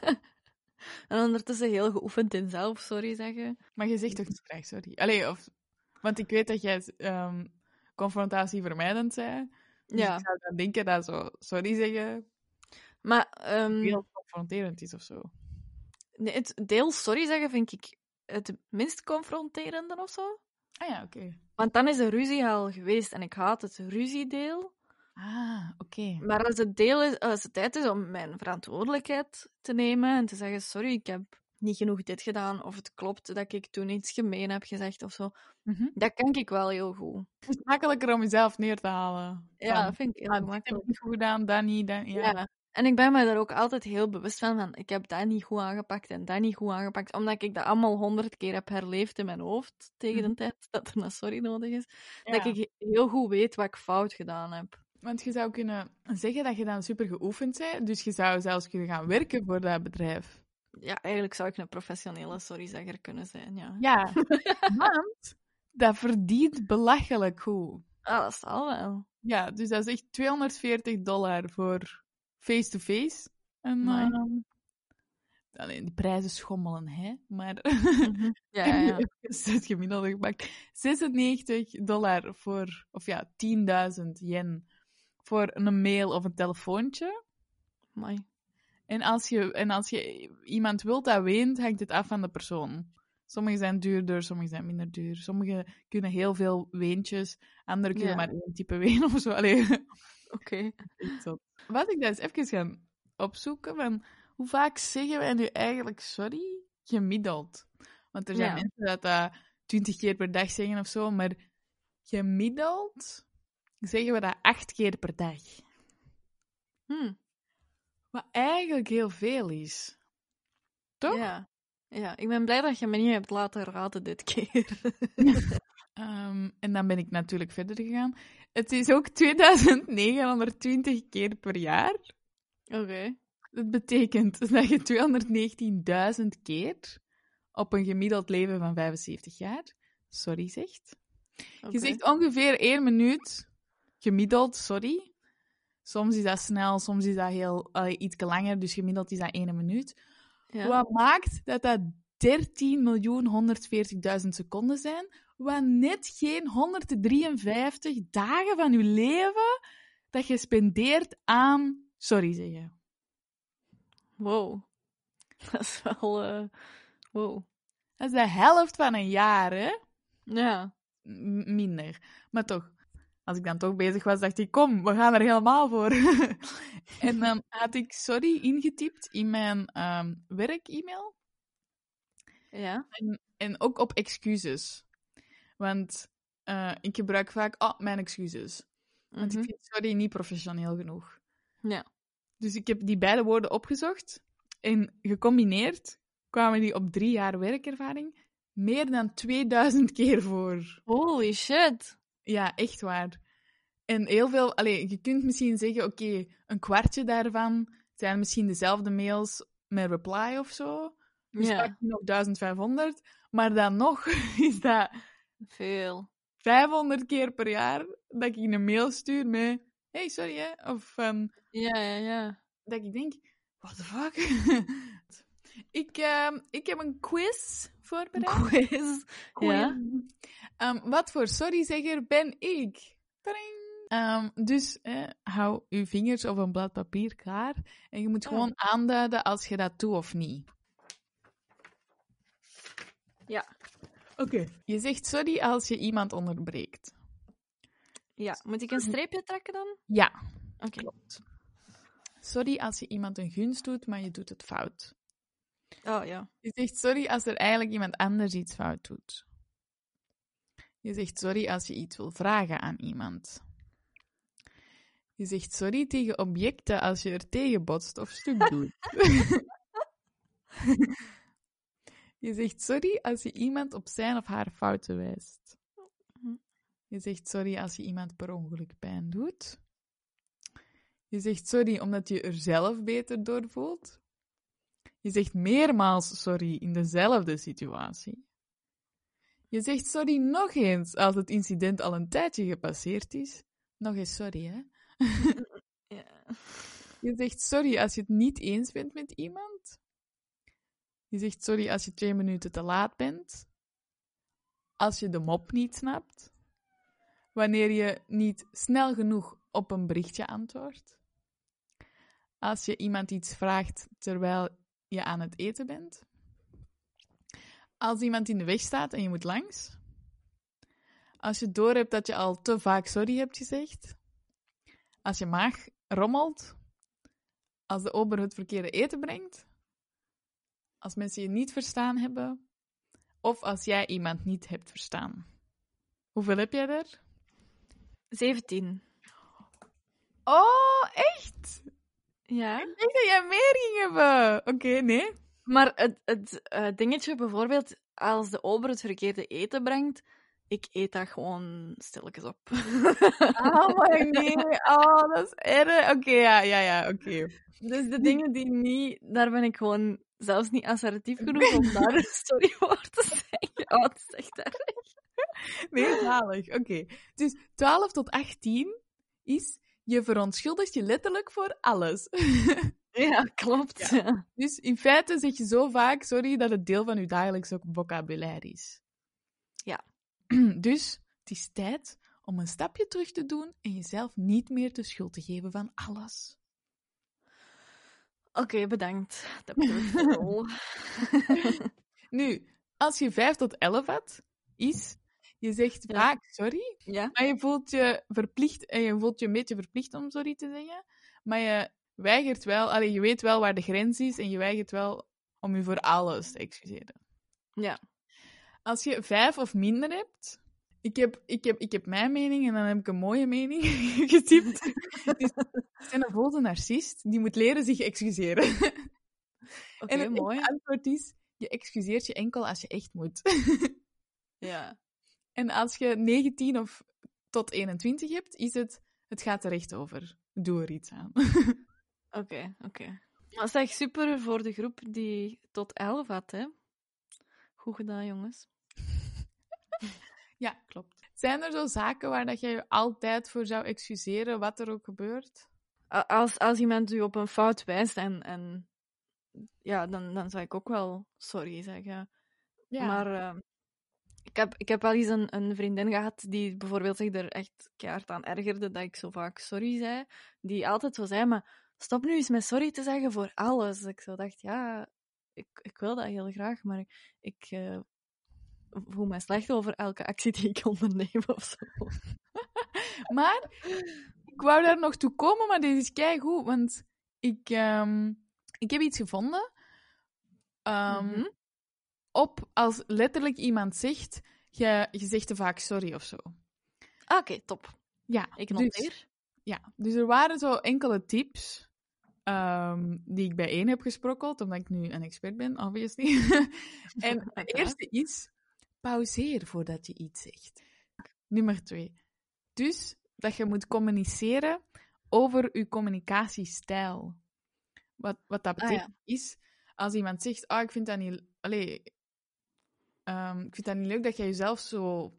En ondertussen heel geoefend in zelf sorry zeggen. Maar je zegt toch niet graag sorry? Allee, of... Want ik weet dat jij ehm confrontatievermijdend bent. Dus Ja, ik zou dan denken dat zo sorry zeggen maar ehm, heel confronterend is of zo. nee, het deel sorry zeggen vind ik het minst confronterende of zo. Ah ja, oké. Want dan is de ruzie al geweest en ik haat het ruziedeel. Ah, oké. Maar als het, deel is, als het tijd is om mijn verantwoordelijkheid te nemen en te zeggen: sorry, ik heb niet genoeg dit gedaan, of het klopt dat ik toen iets gemeen heb gezegd of zo, Mhm. dat kan ik wel heel goed. Het is makkelijker om jezelf neer te halen. Ja, Van, dat vind ik heel ah, dit heb gemakkelijk. ik niet goed gedaan, dat niet, dat... Ja. Ja. En ik ben me daar ook altijd heel bewust van, van ik heb dat niet goed aangepakt en dat niet goed aangepakt, omdat ik dat allemaal honderd keer heb herleefd in mijn hoofd tegen de Mhm. tijd dat er een sorry nodig is. Ja. Dat ik heel goed weet wat ik fout gedaan heb. Want je zou kunnen zeggen dat je dan super geoefend bent, dus je zou zelfs kunnen gaan werken voor dat bedrijf. Ja, eigenlijk zou ik een professionele sorryzegger kunnen zijn, ja. Ja, want dat verdient belachelijk goed. Ah, dat zal wel. Ja, dus dat is echt tweehonderdveertig dollar voor face-to-face. En Amai. ehm, alleen die prijzen schommelen, hè? Maar Mhm. Ja, ja, ja. even het gemiddelde gepakt. zesennegentig dollar voor, of ja, tienduizend yen voor een mail of een telefoontje. Amai. En als je, en als je iemand wilt dat weent, hangt het af van de persoon. Sommige zijn duurder, sommige zijn minder duur. Sommige kunnen heel veel weentjes, andere kunnen Ja. maar één type ween of zo. Allee. Oké. Echt zot. Wat ik dat eens even gaan opzoeken, van hoe vaak zeggen wij nu eigenlijk sorry gemiddeld? Want er zijn Ja. mensen dat dat twintig keer per dag zeggen of zo, maar gemiddeld zeggen we dat acht keer per dag. Hm. Wat eigenlijk heel veel is. Toch? Ja. Ja, ik ben blij dat je me niet hebt laten raden dit keer. Ehm, en dan ben ik natuurlijk verder gegaan. Het is ook tweeduizend negenhonderdtwintig keer per jaar. Oké. Dat betekent dat je tweehonderdnegentienduizend keer op een gemiddeld leven van vijfenzeventig jaar sorry zegt. Oké. Je zegt ongeveer één minuut gemiddeld sorry. Soms is dat snel, soms is dat heel, uh, iets langer, dus gemiddeld is dat één minuut. Ja. Wat maakt dat dat dertien miljoen honderdveertigduizend seconden zijn, wat net geen honderddrieënvijftig dagen van je leven dat je spendeert aan sorry zeggen. Wow. Dat is wel... eh, Wow. Dat is de helft van een jaar, hè? Ja. M- minder. Maar toch, als ik dan toch bezig was, dacht ik, kom, we gaan er helemaal voor. En dan had ik sorry ingetypt in mijn ehm werk-e-mail. Ja. En, en ook op excuses. Want uh, ik gebruik vaak, oh, mijn excuses. Want Mhm. ik vind sorry niet professioneel genoeg. Ja. Dus ik heb die beide woorden opgezocht. En gecombineerd kwamen die op drie jaar werkervaring meer dan tweeduizend keer voor. Holy shit. Ja, echt waar. En heel veel... Allee, je kunt misschien zeggen, oké, okay, een kwartje daarvan zijn misschien dezelfde mails met reply of zo. Dus Ja. pak je nog duizend vijfhonderd. Maar dan nog is dat Veel. vijfhonderd keer per jaar dat ik een mail stuur met hey, sorry hè, of um, Ja, ja, ja. dat ik denk, what the fuck? ik, um, ik heb een quiz voorbereid. Quiz. Quiz. Ja. Um, wat voor sorryzegger ben ik? Taring! Um, dus eh, hou je vingers op een blad papier klaar en je moet Oh. gewoon aanduiden als je dat doet of niet. Ja. Oké. Okay. Je zegt sorry als je iemand onderbreekt. Ja. Moet ik een streepje trekken dan? Ja. Oké. Okay. Klopt. Sorry als je iemand een gunst doet, maar je doet het fout. Oh ja. Je zegt sorry als er eigenlijk iemand anders iets fout doet. Je zegt sorry als je iets wil vragen aan iemand. Je zegt sorry tegen objecten als je er tegen botst of stuk doet. Je zegt sorry als je iemand op zijn of haar fouten wijst. Je zegt sorry als je iemand per ongeluk pijn doet. Je zegt sorry omdat je er zelf beter door voelt. Je zegt meermaals sorry in dezelfde situatie. Je zegt sorry nog eens als het incident al een tijdje gepasseerd is. Nog eens sorry, hè? Ja. Je zegt sorry als je het niet eens bent met iemand. Je zegt sorry als je twee minuten te laat bent. Als je de mop niet snapt. Wanneer je niet snel genoeg op een berichtje antwoordt. Als je iemand iets vraagt terwijl je aan het eten bent. Als iemand in de weg staat en je moet langs. Als je doorhebt dat je al te vaak sorry hebt gezegd. Als je maag rommelt. Als de ober het verkeerde eten brengt. Als mensen je niet verstaan hebben. Of als jij iemand niet hebt verstaan. Hoeveel heb jij er? zeventien. Oh, echt? Ja. Ik denk dat jij meer ging hebben. Oké, okay, nee. Maar het, het uh, dingetje bijvoorbeeld, als de ober het verkeerde eten brengt, ik eet dat gewoon stilletjes op. Oh, maar nee. Oh, dat is erg. Oké, okay, ja, ja, ja, oké. Okay. Dus de dingen die niet, daar ben ik gewoon zelfs niet assertief genoeg om daar een sorry voor te zeggen. Oh, het is echt erg. Nee, zalig. Oké. Okay. Dus twaalf tot achttien is, je verontschuldigt je letterlijk voor alles. Ja, klopt. Ja. Ja. Dus in feite zeg je zo vaak sorry dat het deel van je dagelijks vocabulaire is. Ja. Dus het is tijd om een stapje terug te doen en jezelf niet meer de schuld te geven van alles. Oké, okay, bedankt. Dat bedoel Nu, als je vijf tot elf had, is, je zegt ja. vaak sorry, ja. maar je voelt je verplicht en je voelt je een beetje verplicht om sorry te zeggen, maar je weigert wel, allee, je weet wel waar de grens is en je weigert wel om je voor alles te excuseren. Ja. Als je vijf of minder hebt, ik heb, ik heb, ik heb mijn mening en dan heb ik een mooie mening getypt. Dus, zijn een volle narcist, die moet leren zich excuseren. Oké, okay, en mooi. Het antwoord is, je excuseert je enkel als je echt moet. Ja. En als je negentien of tot eenentwintig hebt, is het, het gaat er echt over. Doe er iets aan. Oké, okay, oké. Okay. Dat is echt super voor de groep die tot elf had, hè? Goed gedaan, jongens. Ja, klopt. Zijn er zo zaken waar dat jij je altijd voor zou excuseren, wat er ook gebeurt? Als, als iemand u op een fout wijst, en, en ja, dan, dan zou ik ook wel sorry zeggen. Ja. Maar uh, ik, heb, ik heb wel eens een, een vriendin gehad die bijvoorbeeld zich er echt keihard aan ergerde dat ik zo vaak sorry zei. Die altijd zo zei, maar stop nu eens met sorry te zeggen voor alles. Ik zo dacht, ja, ik, ik wil dat heel graag, maar ik... ik uh, voel mij slecht over elke actie die ik onderneem of zo. Maar ik wou daar nog toe komen, maar dit is keigoed, want ik, um, ik heb iets gevonden. Um, mm-hmm. Op als letterlijk iemand zegt, je, je zegt te vaak sorry of zo. Ah, oké, okay, top. Ja, ik noteer. Dus, ja, dus er waren zo enkele tips um, die ik bijeen heb gesprokkeld, omdat ik nu een expert ben, obviously. En de eerste is, pauzeer voordat je iets zegt. Nummer twee. Dus dat je moet communiceren over je communicatiestijl. Wat, wat dat betekent ah, ja. is, als iemand zegt, ah, oh, ik vind dat niet... Allee, um, ik vind dat niet leuk dat jij jezelf zo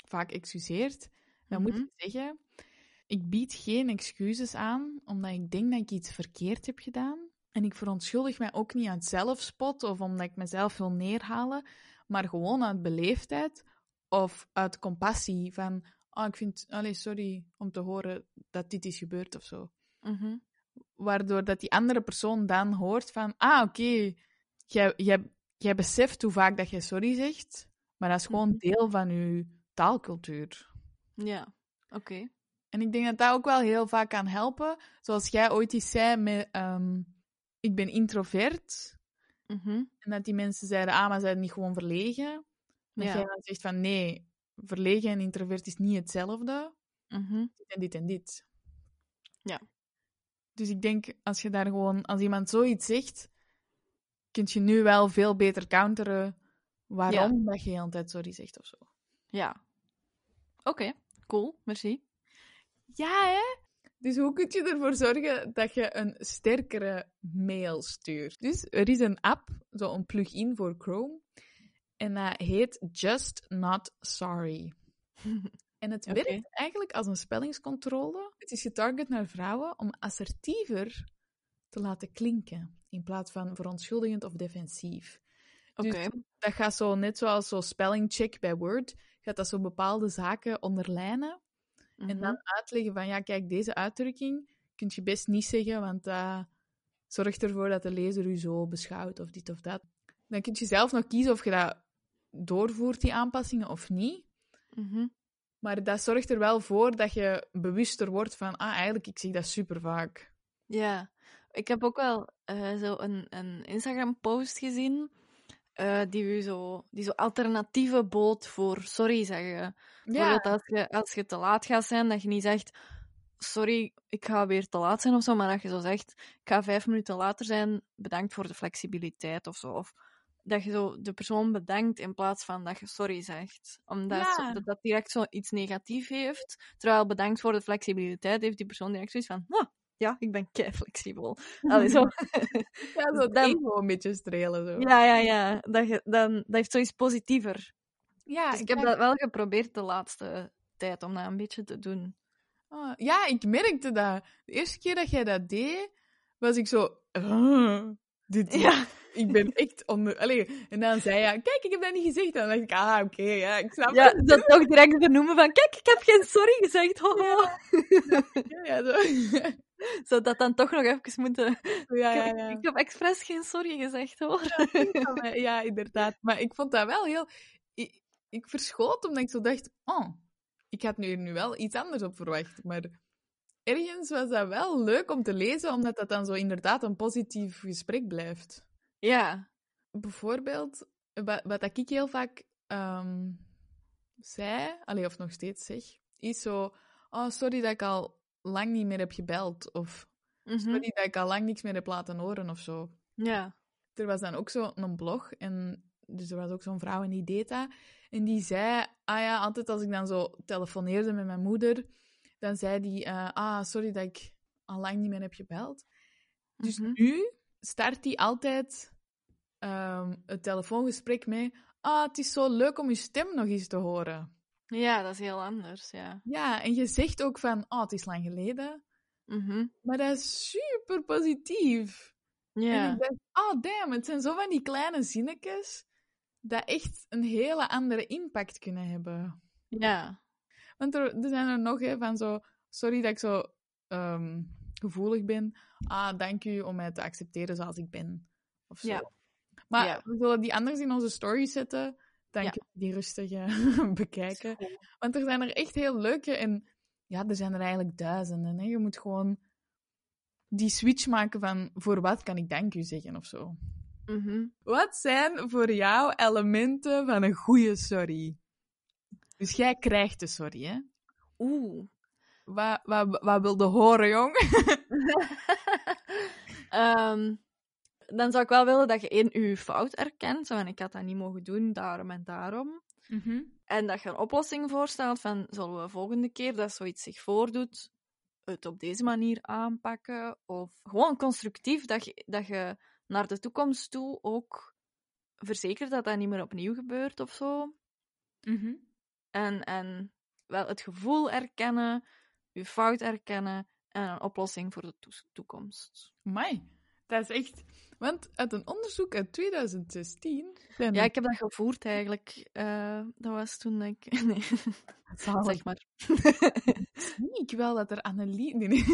vaak excuseert, dan Mhm. moet je zeggen, ik bied geen excuses aan, omdat ik denk dat ik iets verkeerd heb gedaan. En ik verontschuldig mij ook niet uit zelfspot of omdat ik mezelf wil neerhalen, maar gewoon uit beleefdheid of uit compassie van, oh, ik vind, allez, sorry om te horen dat dit is gebeurd of zo. Mhm. Waardoor dat die andere persoon dan hoort van, ah, oké, okay, jij, jij, jij beseft hoe vaak dat jij sorry zegt, maar dat is gewoon Mhm. deel van je taalcultuur. Ja, oké. Okay. En ik denk dat dat ook wel heel vaak kan helpen. Zoals jij ooit eens zei met, um, ik ben introvert. Mm-hmm. En dat die mensen zeiden, ah, maar zijn niet gewoon verlegen? Dat Ja. jij dan zegt van, nee, verlegen en introvert is niet hetzelfde. Mm-hmm. Dit en dit en dit. Ja. Dus ik denk, als je daar gewoon, als iemand zoiets zegt, kun je nu wel veel beter counteren waarom Ja. dat je de hele tijd sorry zegt of zo. Ja. Oké, okay. Cool, merci. Ja, hè? Dus hoe kun je ervoor zorgen dat je een sterkere mail stuurt? Dus er is een app, zo'n plugin voor Chrome, en dat heet Just Not Sorry. En het Okay. werkt eigenlijk als een spellingscontrole. Het is getarget naar vrouwen om assertiever te laten klinken, in plaats van verontschuldigend of defensief. Dus okay. dat gaat zo, net zoals zo'n spellingcheck bij Word, gaat dat zo bepaalde zaken onderlijnen. Mm-hmm. En dan uitleggen van, ja, kijk, deze uitdrukking kun je best niet zeggen, want dat uh, zorgt ervoor dat de lezer u zo beschouwt of dit of dat. Dan kun je zelf nog kiezen of je dat doorvoert, die aanpassingen, of niet. Mm-hmm. Maar dat zorgt er wel voor dat je bewuster wordt van, ah, eigenlijk, ik zeg dat super vaak. Ja, ik heb ook wel uh, zo een, een Instagram-post gezien uh, die, u zo, die zo alternatieve bood voor sorry zeggen. Ja. Bijvoorbeeld als je, als je te laat gaat zijn, dat je niet zegt, sorry, ik ga weer te laat zijn of zo, maar dat je zo zegt, ik ga vijf minuten later zijn, bedankt voor de flexibiliteit of zo. Of dat je zo de persoon bedankt in plaats van dat je sorry zegt. Omdat Ja. zo, dat, dat direct zo iets negatiefs heeft. Terwijl bedankt voor de flexibiliteit heeft die persoon direct zoiets van, oh, ja, ik ben kei flexibel. Allee, zo. Ja, zo het dan, ego een beetje strelen. Zo. Ja, ja, ja. Dat, je, dan, dat heeft zoiets positiever. Ja, dus ik heb dat wel geprobeerd de laatste tijd, om dat een beetje te doen. Oh, ja, ik merkte dat. De eerste keer dat jij dat deed, was ik zo... Uh, dit is... Ja. Ik ben echt onder... Allee, en dan zei je, kijk, ik heb dat niet gezegd. En dan dacht ik, ah, oké, okay, ja, ik snap ja, het. dat toch direct benoemen van, kijk, ik heb geen sorry gezegd, ho, ho. Ja, ja, zo. Zou dat dan toch nog even moeten... Ja, ja, ja. Ik, ik heb expres geen sorry gezegd, hoor. Ja, ja, inderdaad. Maar ik vond dat wel heel... Ik, ik verschoot omdat ik zo dacht, oh, ik had nu, nu wel iets anders op verwacht. Maar ergens was dat wel leuk om te lezen, omdat dat dan zo inderdaad een positief gesprek blijft. Ja. Bijvoorbeeld, wat, wat ik heel vaak um, zei, allee, of nog steeds zeg, is zo, oh, sorry dat ik al lang niet meer heb gebeld. Of Mm-hmm. sorry dat ik al lang niks meer heb laten horen of zo. Ja. Er was dan ook zo een blog, en dus er was ook zo'n vrouw en die deed dat. En die zei, ah ja, altijd als ik dan zo telefoneerde met mijn moeder, dan zei die, uh, ah, sorry dat ik al lang niet meer heb gebeld. Dus Mm-hmm. nu start die altijd um, het telefoongesprek mee, ah, het is zo leuk om je stem nog eens te horen. Ja, dat is heel anders, ja. Ja, en je zegt ook van, oh, het is lang geleden. Mm-hmm. Maar dat is super positief. Ja. En ik dacht, oh damn, het zijn zo van die kleine zinnetjes dat echt een hele andere impact kunnen hebben. Ja. Want er, er zijn er nog, hè, van zo, sorry dat ik zo um, gevoelig ben. Ah, dank u om mij te accepteren zoals ik ben. Of zo. Ja. Maar ja. we zullen die anders in onze story zetten. Dan ja. kun je die rustig uh, bekijken. Want er zijn er echt heel leuke. En ja, er zijn er eigenlijk duizenden. Hè. Je moet gewoon die switch maken van, voor wat kan ik dank u zeggen of zo. Mm-hmm. Wat zijn voor jou elementen van een goede sorry? Dus jij krijgt de sorry, hè? Oeh. Wat, wat, wat wilde horen, jong? um, dan zou ik wel willen dat je één je fout erkent. Zo, en ik had dat niet mogen doen, daarom en daarom. Mm-hmm. En dat je een oplossing voorstelt van, zullen we volgende keer dat zoiets zich voordoet, het op deze manier aanpakken? Of gewoon constructief, dat je, dat je naar de toekomst toe ook verzekert dat dat niet meer opnieuw gebeurt of zo. Mm-hmm. En, en wel het gevoel erkennen, je fout erkennen en een oplossing voor de to- toekomst. Amai, dat is echt... Want uit een onderzoek uit twintig zestien... Zijn Ja, er... ik heb dat gevoerd eigenlijk. Uh, dat was toen ik... Nee, zeg maar. Zie ik wel dat er analyse... Nee, nee.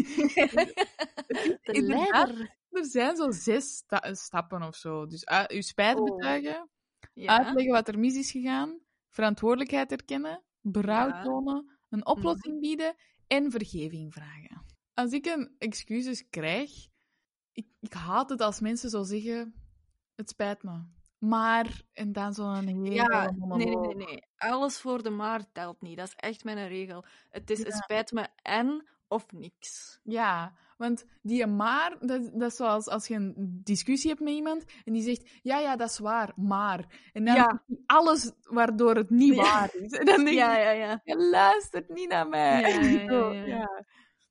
Het is De inderdaad... leider. Er zijn zo zes sta- stappen of zo. Dus uh, uw spijt Oh. betuigen, Ja. uitleggen wat er mis is gegaan, verantwoordelijkheid erkennen, berouw Ja. tonen, een oplossing bieden en vergeving vragen. Als ik een excuses krijg, ik, ik haat het als mensen zo zeggen, het spijt me. Maar, en dan zo'n hele Ja, monoloog. nee, nee, nee, nee. Alles voor de maar telt niet. Dat is echt mijn regel. Het is, Ja. het spijt me en of niks. Ja, want die maar, dat, dat is zoals als je een discussie hebt met iemand en die zegt, ja, ja, dat is waar, maar. En dan Ja. alles waardoor het niet Ja. waar is. En dan denk Ja, ik, ja, ja. je luistert niet naar mij. Ja, ja, ja, Zo, ja, ja. ja.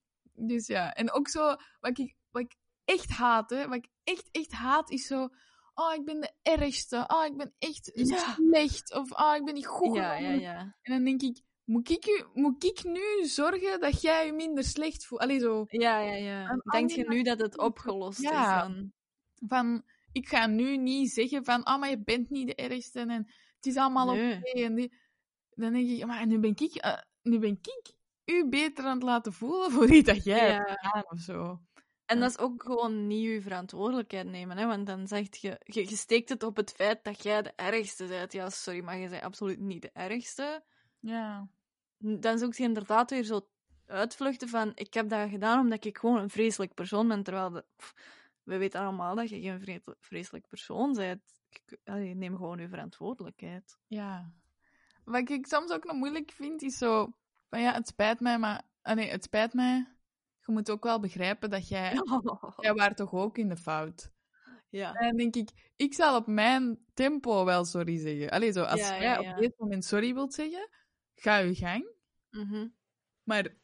Dus ja, en ook zo, wat ik, wat ik echt haat, hè, wat ik echt, echt haat, is zo, oh, ik ben de ergste, oh, ik ben echt Ja. slecht, of oh, ik ben niet goed Ja, genoeg. ja, ja. En dan denk ik, moet ik, u, moet ik nu zorgen dat jij je minder slecht voelt? Allee, zo... Ja, ja, ja. En Denk al je die nu dat het opgelost Ja. is dan? Van, ik ga nu niet zeggen van, ah, maar je bent niet de ergste en het is allemaal Nee. oké. En die- Dan denk ik, maar nu ben ik, uh, nu ben ik u beter aan het laten voelen voor iets dat jij Ja. hebt gedaan of zo. En dat is ook gewoon niet je verantwoordelijkheid nemen, hè? Want dan zegt je, je, je steekt het op het feit dat jij de ergste bent. Ja, sorry, maar je bent absoluut niet de ergste. Ja. Dan zoekt je inderdaad weer zo uitvluchten van, ik heb dat gedaan omdat ik gewoon een vreselijk persoon ben, terwijl de, pff, we weten allemaal dat je geen vre- vreselijk persoon bent. Je, allee, neem gewoon je verantwoordelijkheid. Ja. Wat ik soms ook nog moeilijk vind, is zo, van ja, het spijt mij, maar, ah, nee, het spijt mij. Je moet ook wel begrijpen dat jij, jij waart toch ook in de fout. Ja. En dan denk ik, ik zal op mijn tempo wel sorry zeggen. Allee, zo, als Ja, jij ja, op ja. dit moment sorry wilt zeggen, ga je gang. Mhm. Maar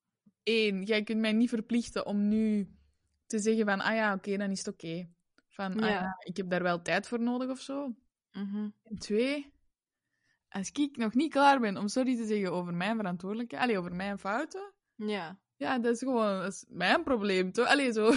één, jij kunt mij niet verplichten om nu te zeggen van, ah ja, oké, dan is het oké. Van, ah Ja. ja, ik heb daar wel tijd voor nodig of zo. Mhm. En twee, als ik nog niet klaar ben om sorry te zeggen over mijn verantwoordelijkheid, allee, over mijn fouten, Ja. ja, dat is gewoon dat is mijn probleem, toch? Allee, zo.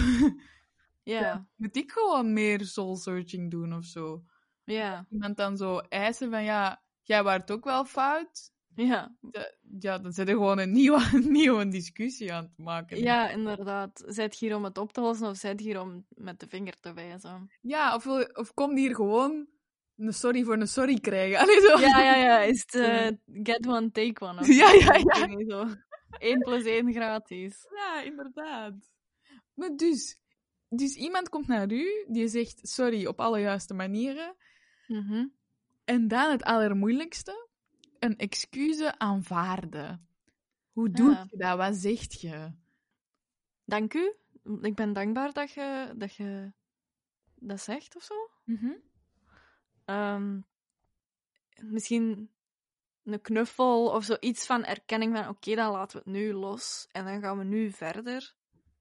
Ja. Dan moet ik gewoon meer soul-searching doen of zo. Ja. Iemand dan zo eisen van, ja, jij waart ook wel fout. Ja. Ja, ja dan zit er gewoon een nieuwe, een nieuwe discussie aan het maken. Ja, inderdaad. Zijt je hier om het op te lossen of zijt je hier om met de vinger te wijzen? Ja, of, wil- of kom hier gewoon een sorry voor een sorry krijgen. Allee, zo. Ja, ja, ja. Is het uh, get one, take one? Of Ja, zo? ja, Ik ja. weet niet, zo. één plus één gratis. Ja, inderdaad. Maar dus, dus iemand komt naar u, die zegt sorry op alle juiste manieren. Mhm. En dan het allermoeilijkste, een excuus aanvaarden. Hoe doe Ja. je dat? Wat zegt je? Dank u. Ik ben dankbaar dat je dat, je dat zegt of zo. Mhm. Um, misschien een knuffel of zoiets van erkenning van oké, okay, dan laten we het nu los en dan gaan we nu verder.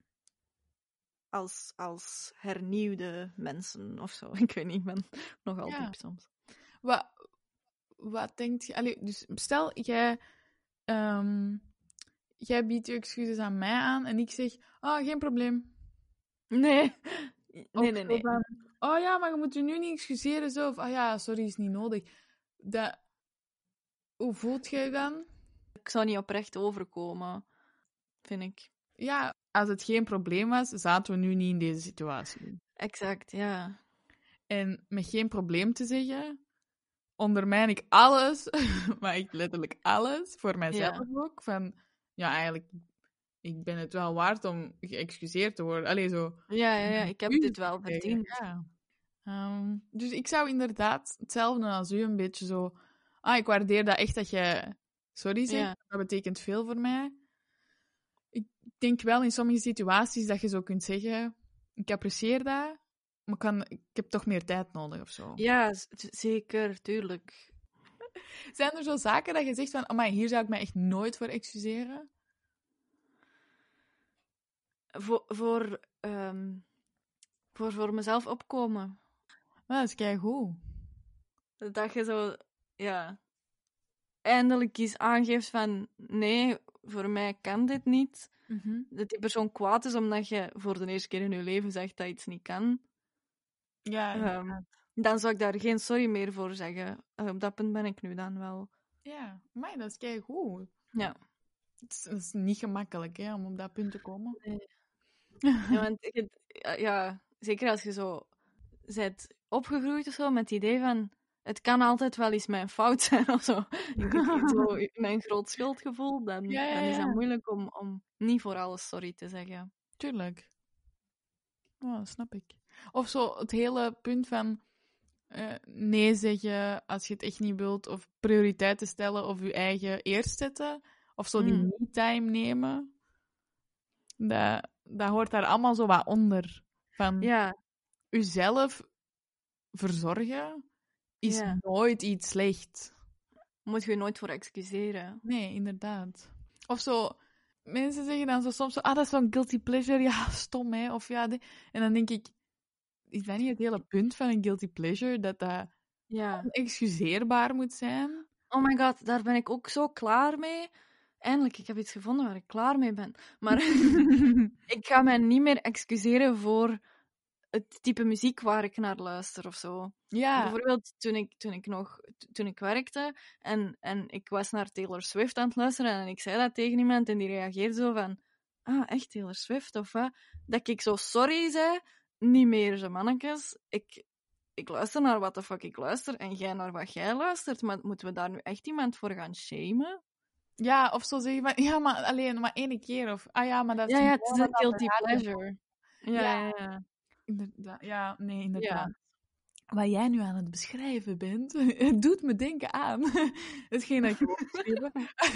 Als, als hernieuwde mensen of zo. Ik weet niet, ik ben nogal Ja. diep soms. Wat, wat denk je? Allee, dus stel, jij, um, jij biedt je excuses aan mij aan en ik zeg, ah, oh, geen probleem. Nee. Nee, Of nee, nee. Van, oh ja, maar je moet je nu niet excuseren zo. Of, ah ja, sorry, is niet nodig. Dat... Hoe voelt jij je dan? Ik zou niet oprecht overkomen, vind ik. Ja, als het geen probleem was, zaten we nu niet in deze situatie. Exact, ja. En met geen probleem te zeggen, ondermijn ik alles, maar echt letterlijk alles, voor mijzelf Ja. ook. Van, ja, eigenlijk, ik ben het wel waard om geëxcuseerd te worden. Allee, zo. Ja, ja, ja, ik heb U dit wel zeggen, verdiend. Ja. Um, dus ik zou inderdaad hetzelfde als u een beetje zo... Ah, ik waardeer dat echt dat je sorry zegt. Ja. Dat betekent veel voor mij. Ik denk wel in sommige situaties dat je zo kunt zeggen... Ik apprecieer dat, maar ik, kan, ik heb toch meer tijd nodig of zo. Ja, z- zeker, tuurlijk. Zijn er zo zaken dat je zegt van... Amai, hier zou ik mij echt nooit voor excuseren? Voor, voor, um, voor, voor mezelf opkomen. Nou, dat is keigoed. Dat je zo... Ja. eindelijk eens aangeeft van nee, voor mij kan dit niet. Mm-hmm. Dat die persoon kwaad is omdat je voor de eerste keer in je leven zegt dat iets niet kan. Ja, um, dan zou ik daar geen sorry meer voor zeggen. Uh, op dat punt ben ik nu dan wel. Ja, maar dat is keigoed. Ja. Het is, het is niet gemakkelijk hè, om op dat punt te komen. Nee. Ja, want je, ja, zeker als je zo bent opgegroeid of zo, met het idee van het kan altijd wel eens mijn fout zijn of zo. Ik, ik, zo mijn groot schuldgevoel, dan, ja, ja, ja. dan is het moeilijk om, om niet voor alles sorry te zeggen. Tuurlijk. Oh, dat snap ik. Of zo het hele punt van uh, nee zeggen als je het echt niet wilt, of prioriteiten stellen of je eigen eerst zetten, of zo die Mm. me-time nemen. Dat, dat hoort daar allemaal zo wat onder. Van Ja. Uzelf verzorgen is Ja. nooit iets slecht. Moet je je nooit voor excuseren. Nee, inderdaad. Of zo, mensen zeggen dan zo soms zo, ah, dat is zo'n guilty pleasure. Ja, stom, hè. Of ja, de... En dan denk ik, is dat niet het hele punt van een guilty pleasure? Dat dat ja. onexcuseerbaar moet zijn? Oh my god, daar ben ik ook zo klaar mee. Eindelijk, ik heb iets gevonden waar ik klaar mee ben. Maar ik ga mij niet meer excuseren voor het type muziek waar ik naar luister of zo. Ja. Bijvoorbeeld toen ik, toen ik nog toen ik werkte en, en ik was naar Taylor Swift aan het luisteren en ik zei dat tegen iemand en die reageerde zo van ah, echt Taylor Swift of wat? Dat ik zo sorry zei, niet meer zo mannetjes. Ik, ik luister naar wat de fuck ik luister en jij naar wat jij luistert, maar moeten we daar nu echt iemand voor gaan shamen? Ja, of zo zeg je van, ja, maar alleen maar één keer. Of, ah ja, maar dat is... Ja, ja, het is een guilty pleasure. Ja, ja, ja. ja. Inderdaad, ja, nee, inderdaad. Ja. Wat jij nu aan het beschrijven bent, het doet me denken aan hetgeen dat ik heb opgeschreven.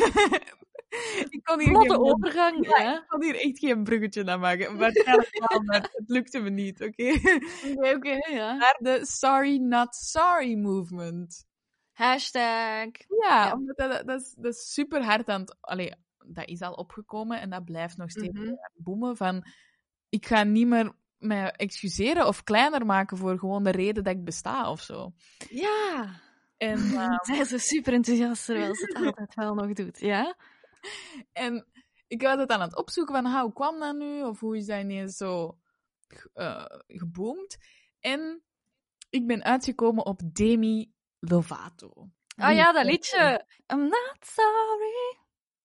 Ik kon hier Vlotte geen... overgang, ja, ja. Ik kon hier echt geen bruggetje naar maken. Waarschijnlijk wel, maar het lukte me niet, oké? Okay? Oké, okay, oké, okay, ja. Naar de Sorry Not Sorry movement. Hashtag. Ja, ja. Omdat dat, dat, is, dat is super hard aan het... Allee, dat is al opgekomen en dat blijft nog steeds mm-hmm. aan het boemen van... Ik ga niet meer mij excuseren of kleiner maken voor gewoon de reden dat ik besta of zo. Ja. En uh... zij is zo super enthousiast terwijl ze het altijd wel nog doet, ja? En ik was het aan het opzoeken van hoe kwam dat nu? Of hoe is dat ineens zo uh, geboomd? En ik ben uitgekomen op Demi Lovato. Ah ja, dat liedje. I'm not sorry.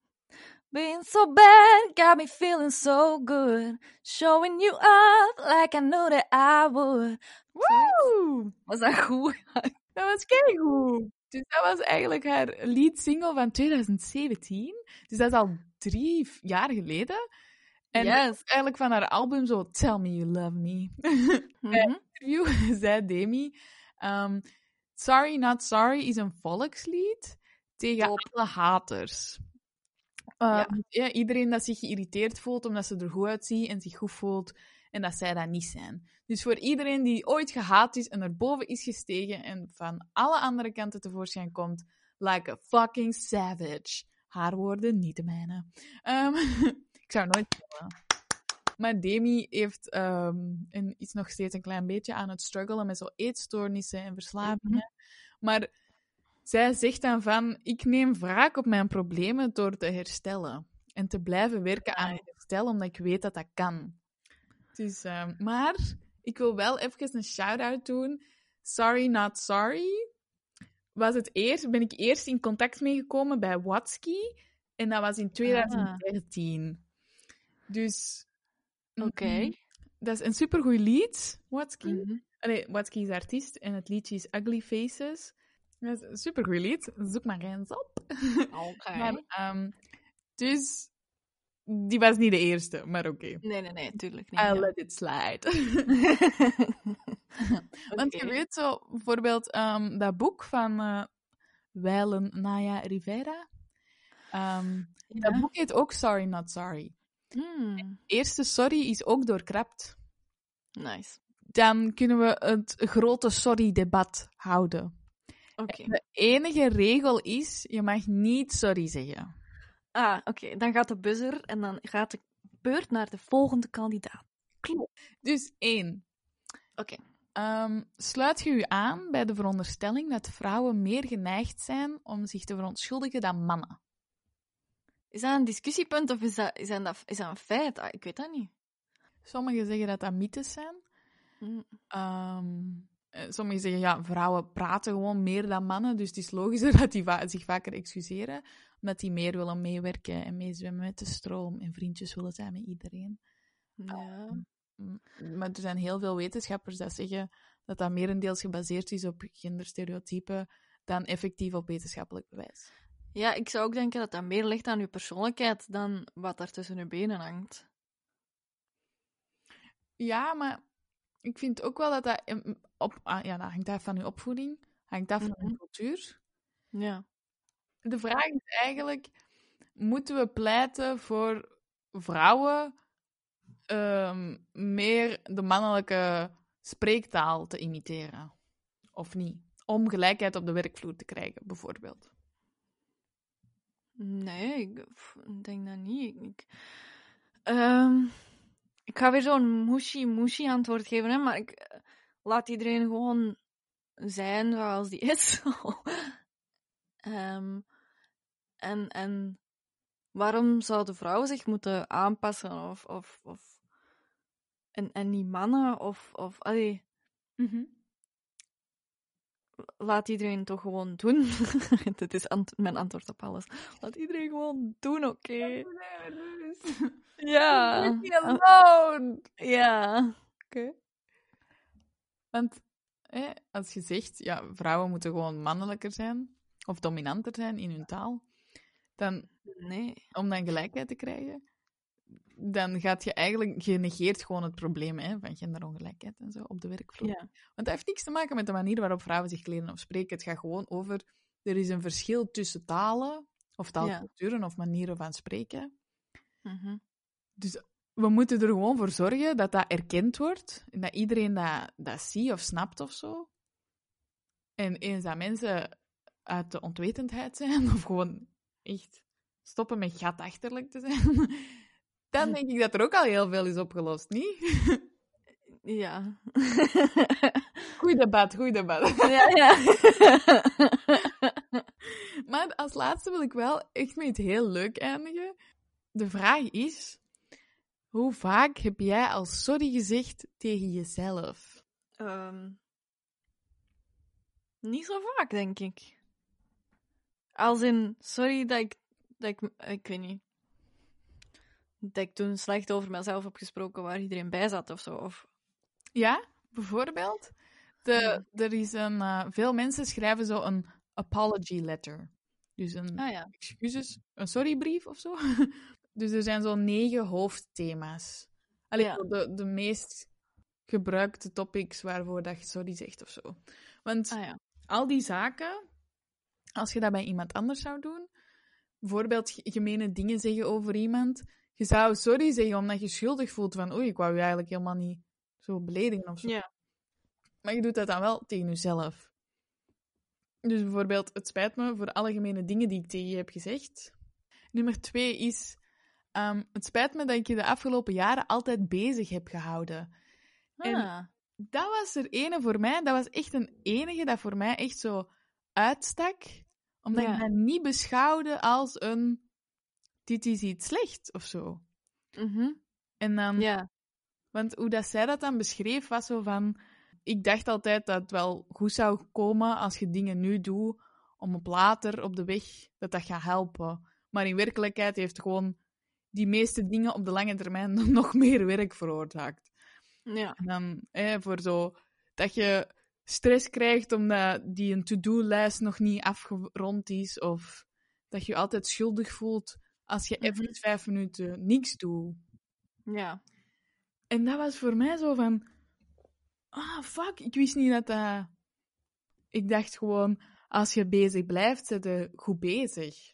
Being so bad, got me feeling so good. Showing you up like I knew that I would. Woe! Was dat goed? Dat was keigoed. Dus dat was eigenlijk haar leadsingle van twintig zeventien. Dus dat is al drie jaar geleden. En yes. dat is eigenlijk van haar album zo Tell Me You Love Me. Mm-hmm. Bij een interview zei Demi... Um, Sorry Not Sorry is een volkslied tegen Top. alle haters. Uh, ja. Ja, iedereen dat zich geïrriteerd voelt omdat ze er goed uitziet en zich goed voelt en dat zij dat niet zijn. Dus voor iedereen die ooit gehaat is en erboven is gestegen en van alle andere kanten tevoorschijn komt, like a fucking savage. Haar woorden, niet de mijne. Um, ik zou nooit zeggen. Maar Demi heeft, um, en is nog steeds een klein beetje aan het struggelen met zo eetstoornissen en verslavingen. Mm-hmm. Maar zij zegt dan van, ik neem wraak op mijn problemen door te herstellen. En te blijven werken aan het herstel, omdat ik weet dat dat kan. Dus, um, maar ik wil wel even een shout-out doen. Sorry Not Sorry. Was het eerst, ben ik eerst in contact meegekomen bij Watsky. En dat was in twintig dertien. Ah. Dus... Oké. Okay. Mm, dat is een supergoed lied, Watsky. Mm-hmm. Allee, Watsky is artiest en het liedje is Ugly Faces. Dat is een supergoed lied. Zoek maar eens op. Oké. Okay. um, dus, die was niet de eerste, maar oké. Okay. Nee, nee, nee, tuurlijk niet. I'll ja. let it slide. Want okay. Je weet zo, bijvoorbeeld um, dat boek van uh, Wijlen Naya Rivera. Um, ja. Dat boek heet ook Sorry Not Sorry. Hmm. Eerste sorry is ook doorkrapt. Nice. Dan kunnen we het grote sorry-debat houden. Okay. De enige regel is, je mag niet sorry zeggen. Ah, oké. Okay. Dan gaat de buzzer en dan gaat de beurt naar de volgende kandidaat. Klopt. Dus één. Oké. Um, sluit je je aan bij de veronderstelling dat vrouwen meer geneigd zijn om zich te verontschuldigen dan mannen? Is dat een discussiepunt of is dat, is dat, is dat een feit? Ah, ik weet dat niet. Sommigen zeggen dat dat mythes zijn. Mm. Um, sommigen zeggen, ja, vrouwen praten gewoon meer dan mannen, dus het is logischer dat die va- zich vaker excuseren, omdat die meer willen meewerken en meezwemmen met de stroom en vriendjes willen zijn met iedereen. Ja. Um, maar er zijn heel veel wetenschappers dat zeggen dat dat merendeels gebaseerd is op genderstereotypen dan effectief op wetenschappelijk bewijs. Ja, ik zou ook denken dat dat meer ligt aan je persoonlijkheid dan wat er tussen je benen hangt. Ja, maar ik vind ook wel dat dat... Op, ja, dat hangt af van je opvoeding, hangt af van je Mhm. cultuur. Ja. De vraag is eigenlijk, moeten we pleiten voor vrouwen um, meer de mannelijke spreektaal te imiteren? Of niet? Om gelijkheid op de werkvloer te krijgen, bijvoorbeeld. Nee, ik, pff, ik denk dat niet. Ik, ehm, ik ga weer zo'n mushy-mushy antwoord geven, hè, maar ik eh, laat iedereen gewoon zijn zoals die is. Ehm, en, en waarom zouden vrouwen zich moeten aanpassen? Of, of, of, en, en niet mannen? Of, of allee, Mm-hmm. laat iedereen toch gewoon doen. Dit is ant- mijn antwoord op alles. Laat iedereen gewoon doen, oké? Ja. Leave me alone! Ja. Oké. Okay. Want eh, als je zegt, ja, vrouwen moeten gewoon mannelijker zijn, of dominanter zijn in hun taal, dan, Nee. om dan gelijkheid te krijgen, dan gaat je eigenlijk, je negeert gewoon het probleem hè, van genderongelijkheid en zo op de werkvloer. Ja. Want dat heeft niks te maken met de manier waarop vrouwen zich kleden of spreken. Het gaat gewoon over, er is een verschil tussen talen, of taalculturen, ja. of manieren van spreken. Mm-hmm. Dus we moeten er gewoon voor zorgen dat dat erkend wordt, en dat iedereen dat, dat ziet of snapt of zo. En eens dat mensen uit de onwetendheid zijn, of gewoon echt stoppen met gatachterlijk te zijn, dan denk ik dat er ook al heel veel is opgelost, niet? Ja. Goeie debat, goeie debat. Ja, ja. Maar als laatste wil ik wel echt met iets heel leuk eindigen. De vraag is, hoe vaak heb jij al sorry gezegd tegen jezelf? Um, niet zo vaak, denk ik. Als in, sorry dat ik, dat ik, ik weet niet, dat ik toen slecht over mezelf heb gesproken waar iedereen bij zat of zo. Of... Ja, bijvoorbeeld. De, ja. Er is een, uh, veel mensen schrijven zo een apology letter. Dus een ah, ja. excuses, een sorrybrief of zo. Dus er zijn zo'n negen hoofdthema's. Allee, ja. de, de meest gebruikte topics waarvoor dat je sorry zegt of zo. Want ah, ja. al die zaken, als je dat bij iemand anders zou doen, bijvoorbeeld gemene dingen zeggen over iemand, je zou sorry zeggen omdat je schuldig voelt van oei, ik wou je eigenlijk helemaal niet zo beledigen of zo. Ja. Maar je doet dat dan wel tegen jezelf. Dus bijvoorbeeld, het spijt me voor alle gemene dingen die ik tegen je heb gezegd. Nummer twee is, um, het spijt me dat ik je de afgelopen jaren altijd bezig heb gehouden. Ah. En dat was er ene voor mij, dat was echt een enige dat voor mij echt zo uitstak, omdat ja. ik dat niet beschouwde als een, dit is iets slecht of zo. Mm-hmm. En dan, ja. want hoe dat zij dat dan beschreef, was zo van, ik dacht altijd dat het wel goed zou komen als je dingen nu doet, om op later op de weg, dat dat gaat helpen. Maar in werkelijkheid heeft gewoon die meeste dingen op de lange termijn nog meer werk veroorzaakt. Ja. En dan, hè, voor zo, dat je stress krijgt omdat die een to-do-lijst nog niet afgerond is, of dat je je altijd schuldig voelt als je Mm-hmm. even vijf minuten niks doet. Ja. En dat was voor mij zo van, ah, fuck, ik wist niet dat dat... Ik dacht gewoon, als je bezig blijft, zit je goed bezig.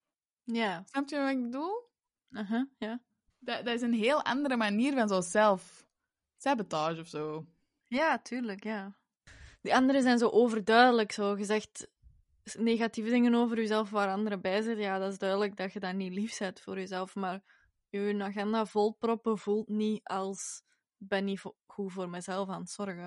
Ja. Snap je wat ik bedoel? Uh-huh, ja. Dat, dat is een heel andere manier van zo zelf-sabotage of zo. Ja, tuurlijk, ja. Die anderen zijn zo overduidelijk, zo gezegd negatieve dingen over jezelf waar anderen bij zitten. Ja, dat is duidelijk dat je dat niet lief zet voor jezelf, maar je agenda volproppen voelt niet als ben niet vo- goed voor mezelf aan het zorgen.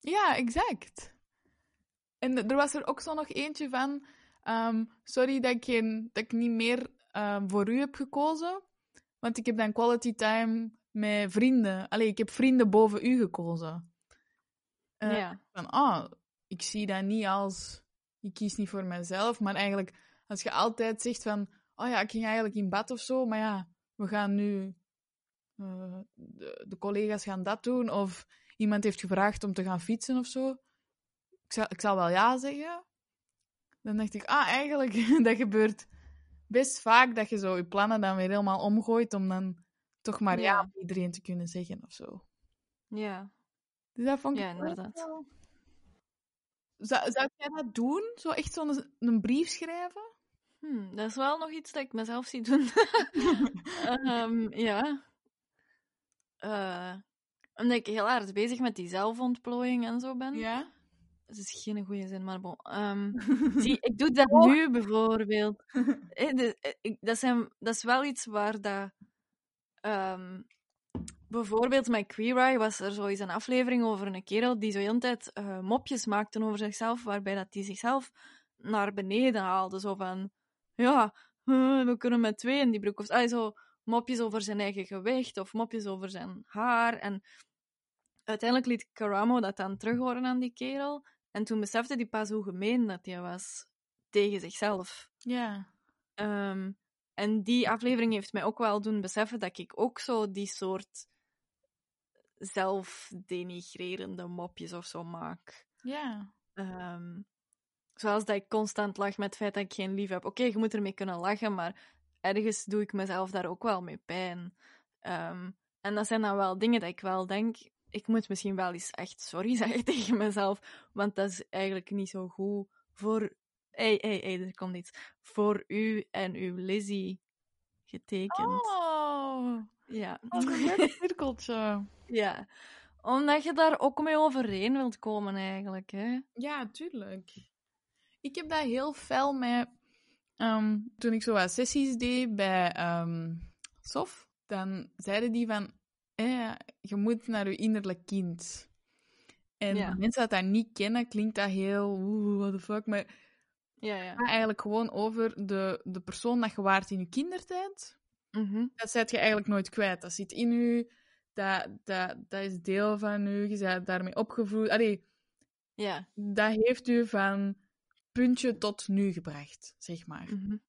Ja, exact. En er was er ook zo nog eentje van... Um, sorry dat ik, geen, dat ik niet meer um, voor u heb gekozen. Want ik heb dan quality time met vrienden. Allee, ik heb vrienden boven u gekozen. Uh, Ja. Van, ah, ik zie dat niet als... Ik kies niet voor mezelf. Maar eigenlijk, als je altijd zegt van... Oh ja, ik ging eigenlijk in bad of zo. Maar ja, we gaan nu... Uh, de, de collega's gaan dat doen. Of iemand heeft gevraagd om te gaan fietsen of zo. Ik zal, ik zal wel ja zeggen. Dan dacht ik, ah, eigenlijk, dat gebeurt best vaak dat je zo je plannen dan weer helemaal omgooit om dan toch maar ja, Ja. op iedereen te kunnen zeggen of zo. Ja. Dus dat vond ik Ja, ook inderdaad. wel... Zou, zou jij dat doen? Zo echt zo'n een brief schrijven? Hm, dat is wel nog iets dat ik mezelf zie doen. um, ja. Uh, omdat ik heel hard bezig met die zelfontplooiing en zo ben. Ja. Dat is geen goede zin, maar bon. Um, zie, ik doe dat oh. nu bijvoorbeeld. Eh, de, eh, ik, dat, zijn, dat is wel iets waar dat... Um, bijvoorbeeld met Queer Eye was er zo eens een aflevering over een kerel die zo de hele tijd uh, mopjes maakte over zichzelf, waarbij dat hij zichzelf naar beneden haalde. Zo van... Ja, uh, we kunnen met twee in die broek. Of ah, zo mopjes over zijn eigen gewicht, of mopjes over zijn haar. En uiteindelijk liet Karamo dat dan terug horen aan die kerel. En toen besefte hij pas hoe gemeen dat hij was tegen zichzelf. Ja. Um, en die aflevering heeft mij ook wel doen beseffen dat ik ook zo die soort zelfdenigrerende mopjes of zo maak. Ja. Um, zoals dat ik constant lach met het feit dat ik geen lief heb. Oké, okay, je moet ermee kunnen lachen, maar ergens doe ik mezelf daar ook wel mee pijn. Um, en dat zijn dan wel dingen dat ik wel denk... Ik moet misschien wel eens echt sorry zeggen tegen mezelf, want dat is eigenlijk niet zo goed voor... Hé, hé, hé, er komt iets. Voor u en uw Lizzie getekend. Oh! Ja. Wat een leuk cirkeltje. Ja. Omdat je daar ook mee overeen wilt komen, eigenlijk, hè? Ja, tuurlijk. Ik heb dat heel fel met... Um, toen ik zo wat sessies deed bij um, Sof, dan zeiden die van... Eh, je moet naar je innerlijk kind. En Ja. voor mensen dat dat niet kennen, klinkt dat heel... Oeh, what the fuck, maar... Ja, ja. Het gaat eigenlijk gewoon over de, de persoon dat je waart in je kindertijd. Mm-hmm. Dat zet je eigenlijk nooit kwijt. Dat zit in je, dat, dat, dat is deel van je, je bent daarmee opgevoed. Allee, ja. Dat heeft u van puntje tot nu gebracht, zeg maar. Mm-hmm.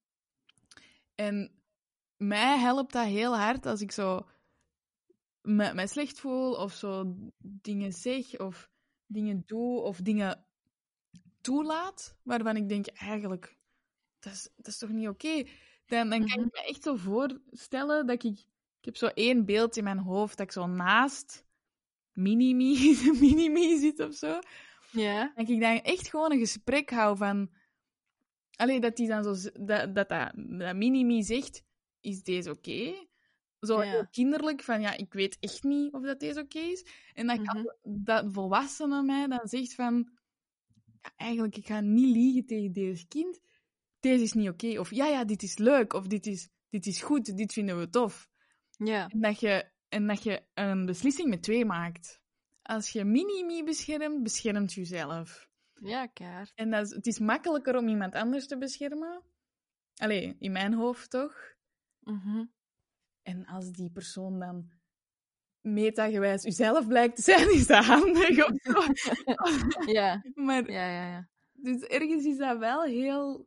En mij helpt dat heel hard als ik zo me, me slecht voel, of zo dingen zeg, of dingen doe, of dingen toelaat, waarvan ik denk, eigenlijk, dat is, dat is toch niet oké? Okay? Dan, dan kan Mm-hmm. ik me echt zo voorstellen dat ik... Ik heb zo één beeld in mijn hoofd dat ik zo naast Minimi, Minimi zit of zo. Ja. Dat ik dan echt gewoon een gesprek hou van... Allee, dat die dan zo... Dat dat, dat, dat Minimi zegt, is deze oké? Okay? Zo ja. heel kinderlijk, van ja, ik weet echt niet of dat deze oké okay is. En dat, Mm-hmm. kan, dat volwassene mij dan zegt van... Ja, eigenlijk, ik ga niet liegen tegen deze kind. Deze is niet oké. Okay. Of ja, ja, dit is leuk. Of dit is, dit is goed. Dit vinden we tof. Ja. En dat je, en dat je een beslissing met twee maakt. Als je Minimi beschermt, beschermt jezelf. Ja, kaart. En dat is, het is makkelijker om iemand anders te beschermen. Allee, in mijn hoofd toch? Mm-hmm. En als die persoon dan metagewijs jezelf blijkt te zijn, is dat handig of zo. ja. Maar, ja, ja, ja. Dus ergens is dat wel heel...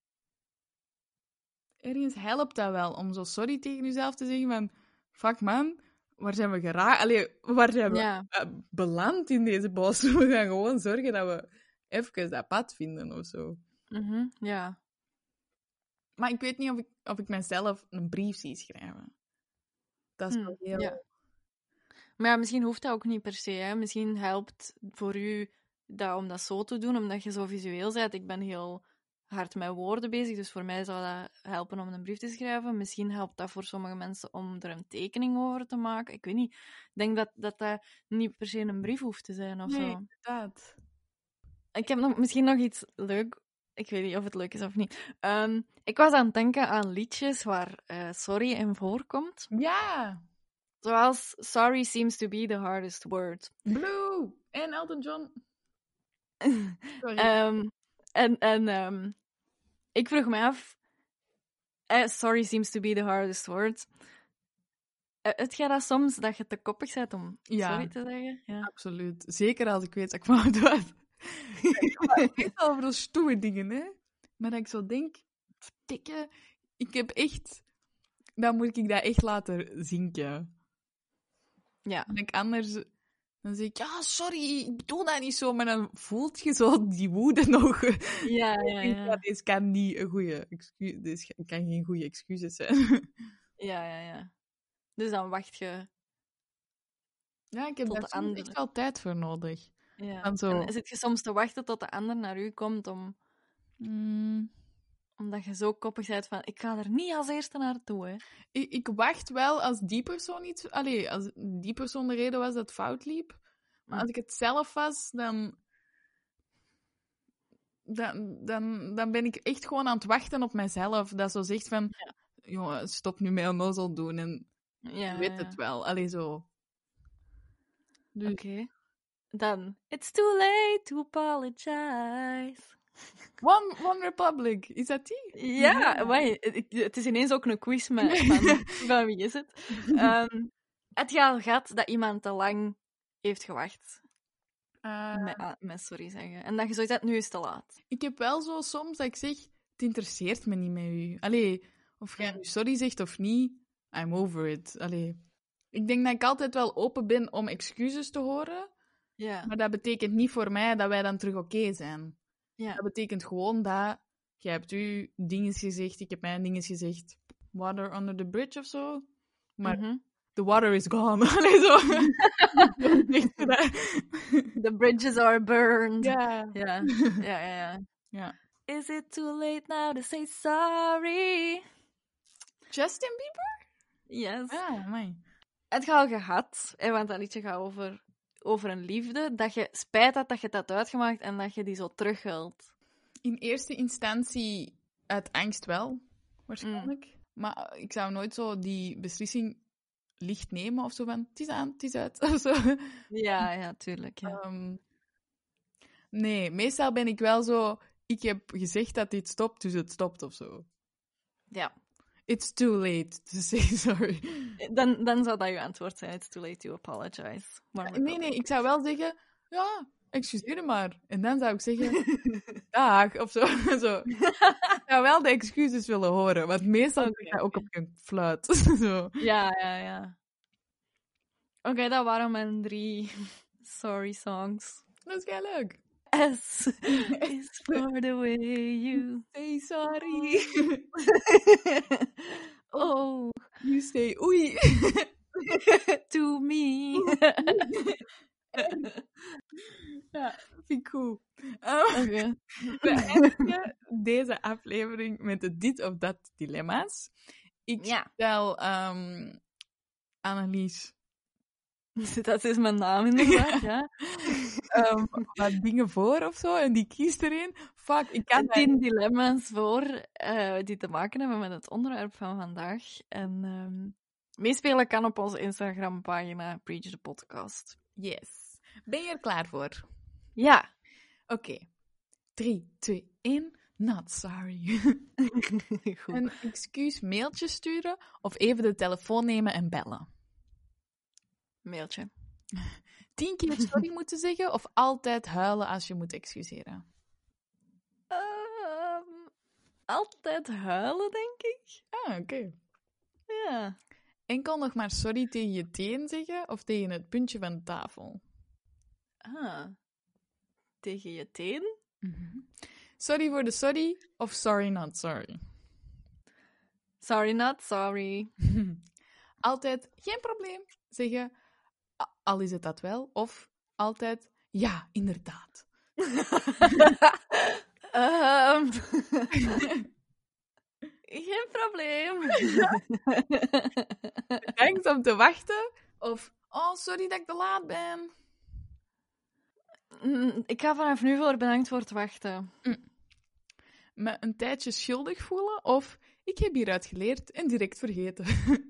Ergens helpt dat wel om zo sorry tegen jezelf te zeggen van... Fuck man, waar zijn we geraakt? Allee, waar zijn we ja. uh, beland in deze bos? We gaan gewoon zorgen dat we even dat pad vinden of zo. Mm-hmm. Ja. Maar ik weet niet of ik, of ik mezelf een brief zie schrijven. Dat is hm, wel heel... Ja. Maar ja, misschien hoeft dat ook niet per se. Hè. Misschien helpt voor u dat om dat zo te doen, omdat je zo visueel bent. Ik ben heel hard met woorden bezig, dus voor mij zou dat helpen om een brief te schrijven. Misschien helpt dat voor sommige mensen om er een tekening over te maken. Ik weet niet. Ik denk dat dat, dat niet per se een brief hoeft te zijn of nee, zo. inderdaad. Ik heb nog, misschien nog iets leuk. Ik weet niet of het leuk is of niet. Um, ik was aan het denken aan liedjes waar uh, sorry in voorkomt. Ja! Zoals Sorry seems to be the hardest word. Blue! En Elton John. Sorry. um, en en um, ik vroeg me af... Uh, sorry seems to be the hardest word. Uh, het gaat dat soms dat je te koppig bent om Ja. sorry te zeggen? Ja. Absoluut. Zeker als ik weet dat ik fout was. Ik weet wel over de stoere dingen, hè. Maar dat ik zo denk... Verdikke, ik heb echt... Dan moet ik dat echt laten zinken. Ja. En ik anders... Dan zeg ik, ja, sorry, ik bedoel dat niet zo. Maar dan voelt je zo die woede nog. Ja, ja, Ik denk, ja. Dit kan niet een goede excuus... Dit kan geen goede excuses zijn. Ja, ja, ja. Dus dan wacht je... Ja, ik heb Tot daar de soms andere. echt wel tijd voor nodig. Ja. En zo... En zit je soms te wachten tot de ander naar u komt om... Mm, Omdat je zo koppig bent van, ik ga er niet als eerste naartoe, hè. ik, ik wacht wel als die persoon iets... Allee, als die persoon de reden was dat het fout liep. Maar Mm. als ik het zelf was, dan... Dan, dan, dan ben ik echt gewoon aan het wachten op mezelf. Dat zo zegt van... Ja. Jongen, stop nu met onnozel doen. En Ja, je weet ja. het wel. Allee, zo. Dus... Oké. Dan, it's too late to apologize. One, One Republic, is dat die? Ja, amai, het, het is ineens ook een quiz met, van, van wie is het. Um, heb je al gehad dat iemand te lang heeft gewacht Uh, met, ah, met sorry zeggen? En dat je zoiets hebt, nu is het te laat. ik heb wel zo soms dat ik zeg, het interesseert me niet met u. Allee, of jij nu sorry zegt of niet, I'm over it. Allee. Ik denk dat ik altijd wel open ben om excuses te horen, Ja. maar dat betekent niet voor mij dat wij dan terug oké zijn. Ja. Dat betekent gewoon dat jij hebt u dingen gezegd, ik heb mijn dingen gezegd, water under the bridge of zo. Maar Mhm. the water is gone. Allee, zo. The bridges are burned. Ja. Ja. Ja, ja, ja. Ja. Is it too late now to say sorry? Justin Bieber? Yes. Ja, amai. Het je al gehad, hè, want dat liedje gaat over, over een liefde, dat je spijt had dat je het had uitgemaakt en dat je die zo terug wilt. In eerste instantie uit angst wel, waarschijnlijk. Mm. Maar ik zou nooit zo die beslissing licht nemen of zo van, het is aan, het is uit, of zo. Ja, ja, tuurlijk. Ja. Um, nee, meestal ben ik wel zo, ik heb gezegd dat dit stopt, dus het stopt of zo. Ja. It's too late to say sorry. Dan, dan zou dat je antwoord zijn, it's too late to apologize. Maar Nee, nee, ik zou wel zeggen, ja, excuseer me maar. En dan zou ik zeggen, dag, of zo. zo. Ik zou wel de excuses willen horen, want meestal Oké, doe ik dat ook oké. op een fluit. zo. Ja, ja, ja. Oké, okay, dat waren mijn drie sorry songs. Dat is heel leuk. S is for the way you Say sorry. oh You say oei. to me. Ja, vind ik goed. Um, Okay. we eindigen deze aflevering met de dit of dat dilemma's. Ik Ja. stel um, Annelies Dat is mijn naam inderdaad, ja. um, wat dingen voor of zo en die kiest er een. Fuck, ik kan dat Tien dilemma's voor uh, die te maken hebben met het onderwerp van vandaag. En um, meespelen kan op onze Instagram-pagina Preach the Podcast. Yes. Ben je er klaar voor? Ja. Oké. Okay. Drie, twee, één. Not sorry. Goed. Een excuus mailtje sturen of even de telefoon nemen en bellen? Mailtje. Tien keer sorry moeten zeggen of altijd huilen als je moet excuseren? Um, altijd huilen, denk ik. Ah, oké. Okay. Ja. Enkel nog maar sorry tegen je teen zeggen of tegen het puntje van de tafel? Ah. Tegen je teen? Mm-hmm. Sorry voor de sorry of sorry not sorry? Sorry not sorry. Altijd geen probleem zeggen, al is het dat wel, of altijd ja, inderdaad. um, geen probleem. Bedankt om te wachten, of oh, sorry dat ik te laat ben. Mm, ik ga vanaf nu voor bedankt voor het wachten. Mm. Me een tijdje schuldig voelen, of ik heb hieruit geleerd en direct vergeten.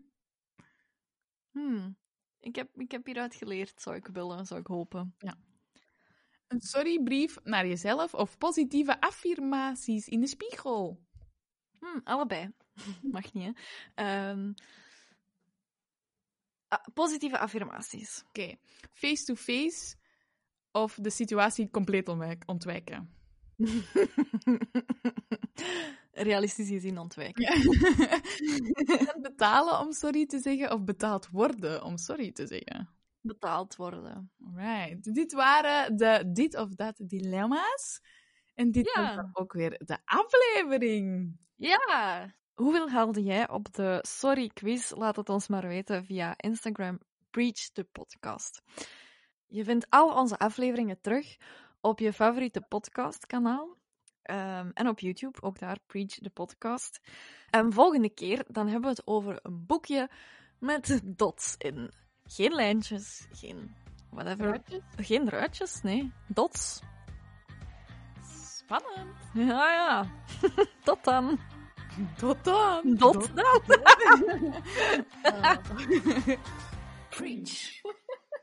Hmm. Ik heb, ik heb hieruit geleerd, zou ik willen, zou ik hopen. Ja. Een sorrybrief naar jezelf of positieve affirmaties in de spiegel? Hm, allebei. Mag niet, hè. Um, ah, positieve affirmaties. Oké. Okay. Face-to-face of de situatie compleet ontwijken? Realistisch gezien ontwijken. Ja. Betalen om sorry te zeggen of betaald worden om sorry te zeggen? Betaald worden. Right. Dit waren de dit of dat dilemma's. En dit ja. was dan ook weer de aflevering. Ja. Hoeveel haalde jij op de sorry quiz? Laat het ons maar weten via Instagram Preach the Podcast. Je vindt al onze afleveringen terug op je favoriete podcastkanaal. Um, en op YouTube, ook daar, Preach the Podcast. En volgende keer, dan hebben we het over een boekje met dots in. Geen lijntjes, geen whatever. Ruitjes? Geen ruitjes, nee. Dots. Spannend. Ja, ja. Tot dan. Tot dan. Tot dan. dan. Preach.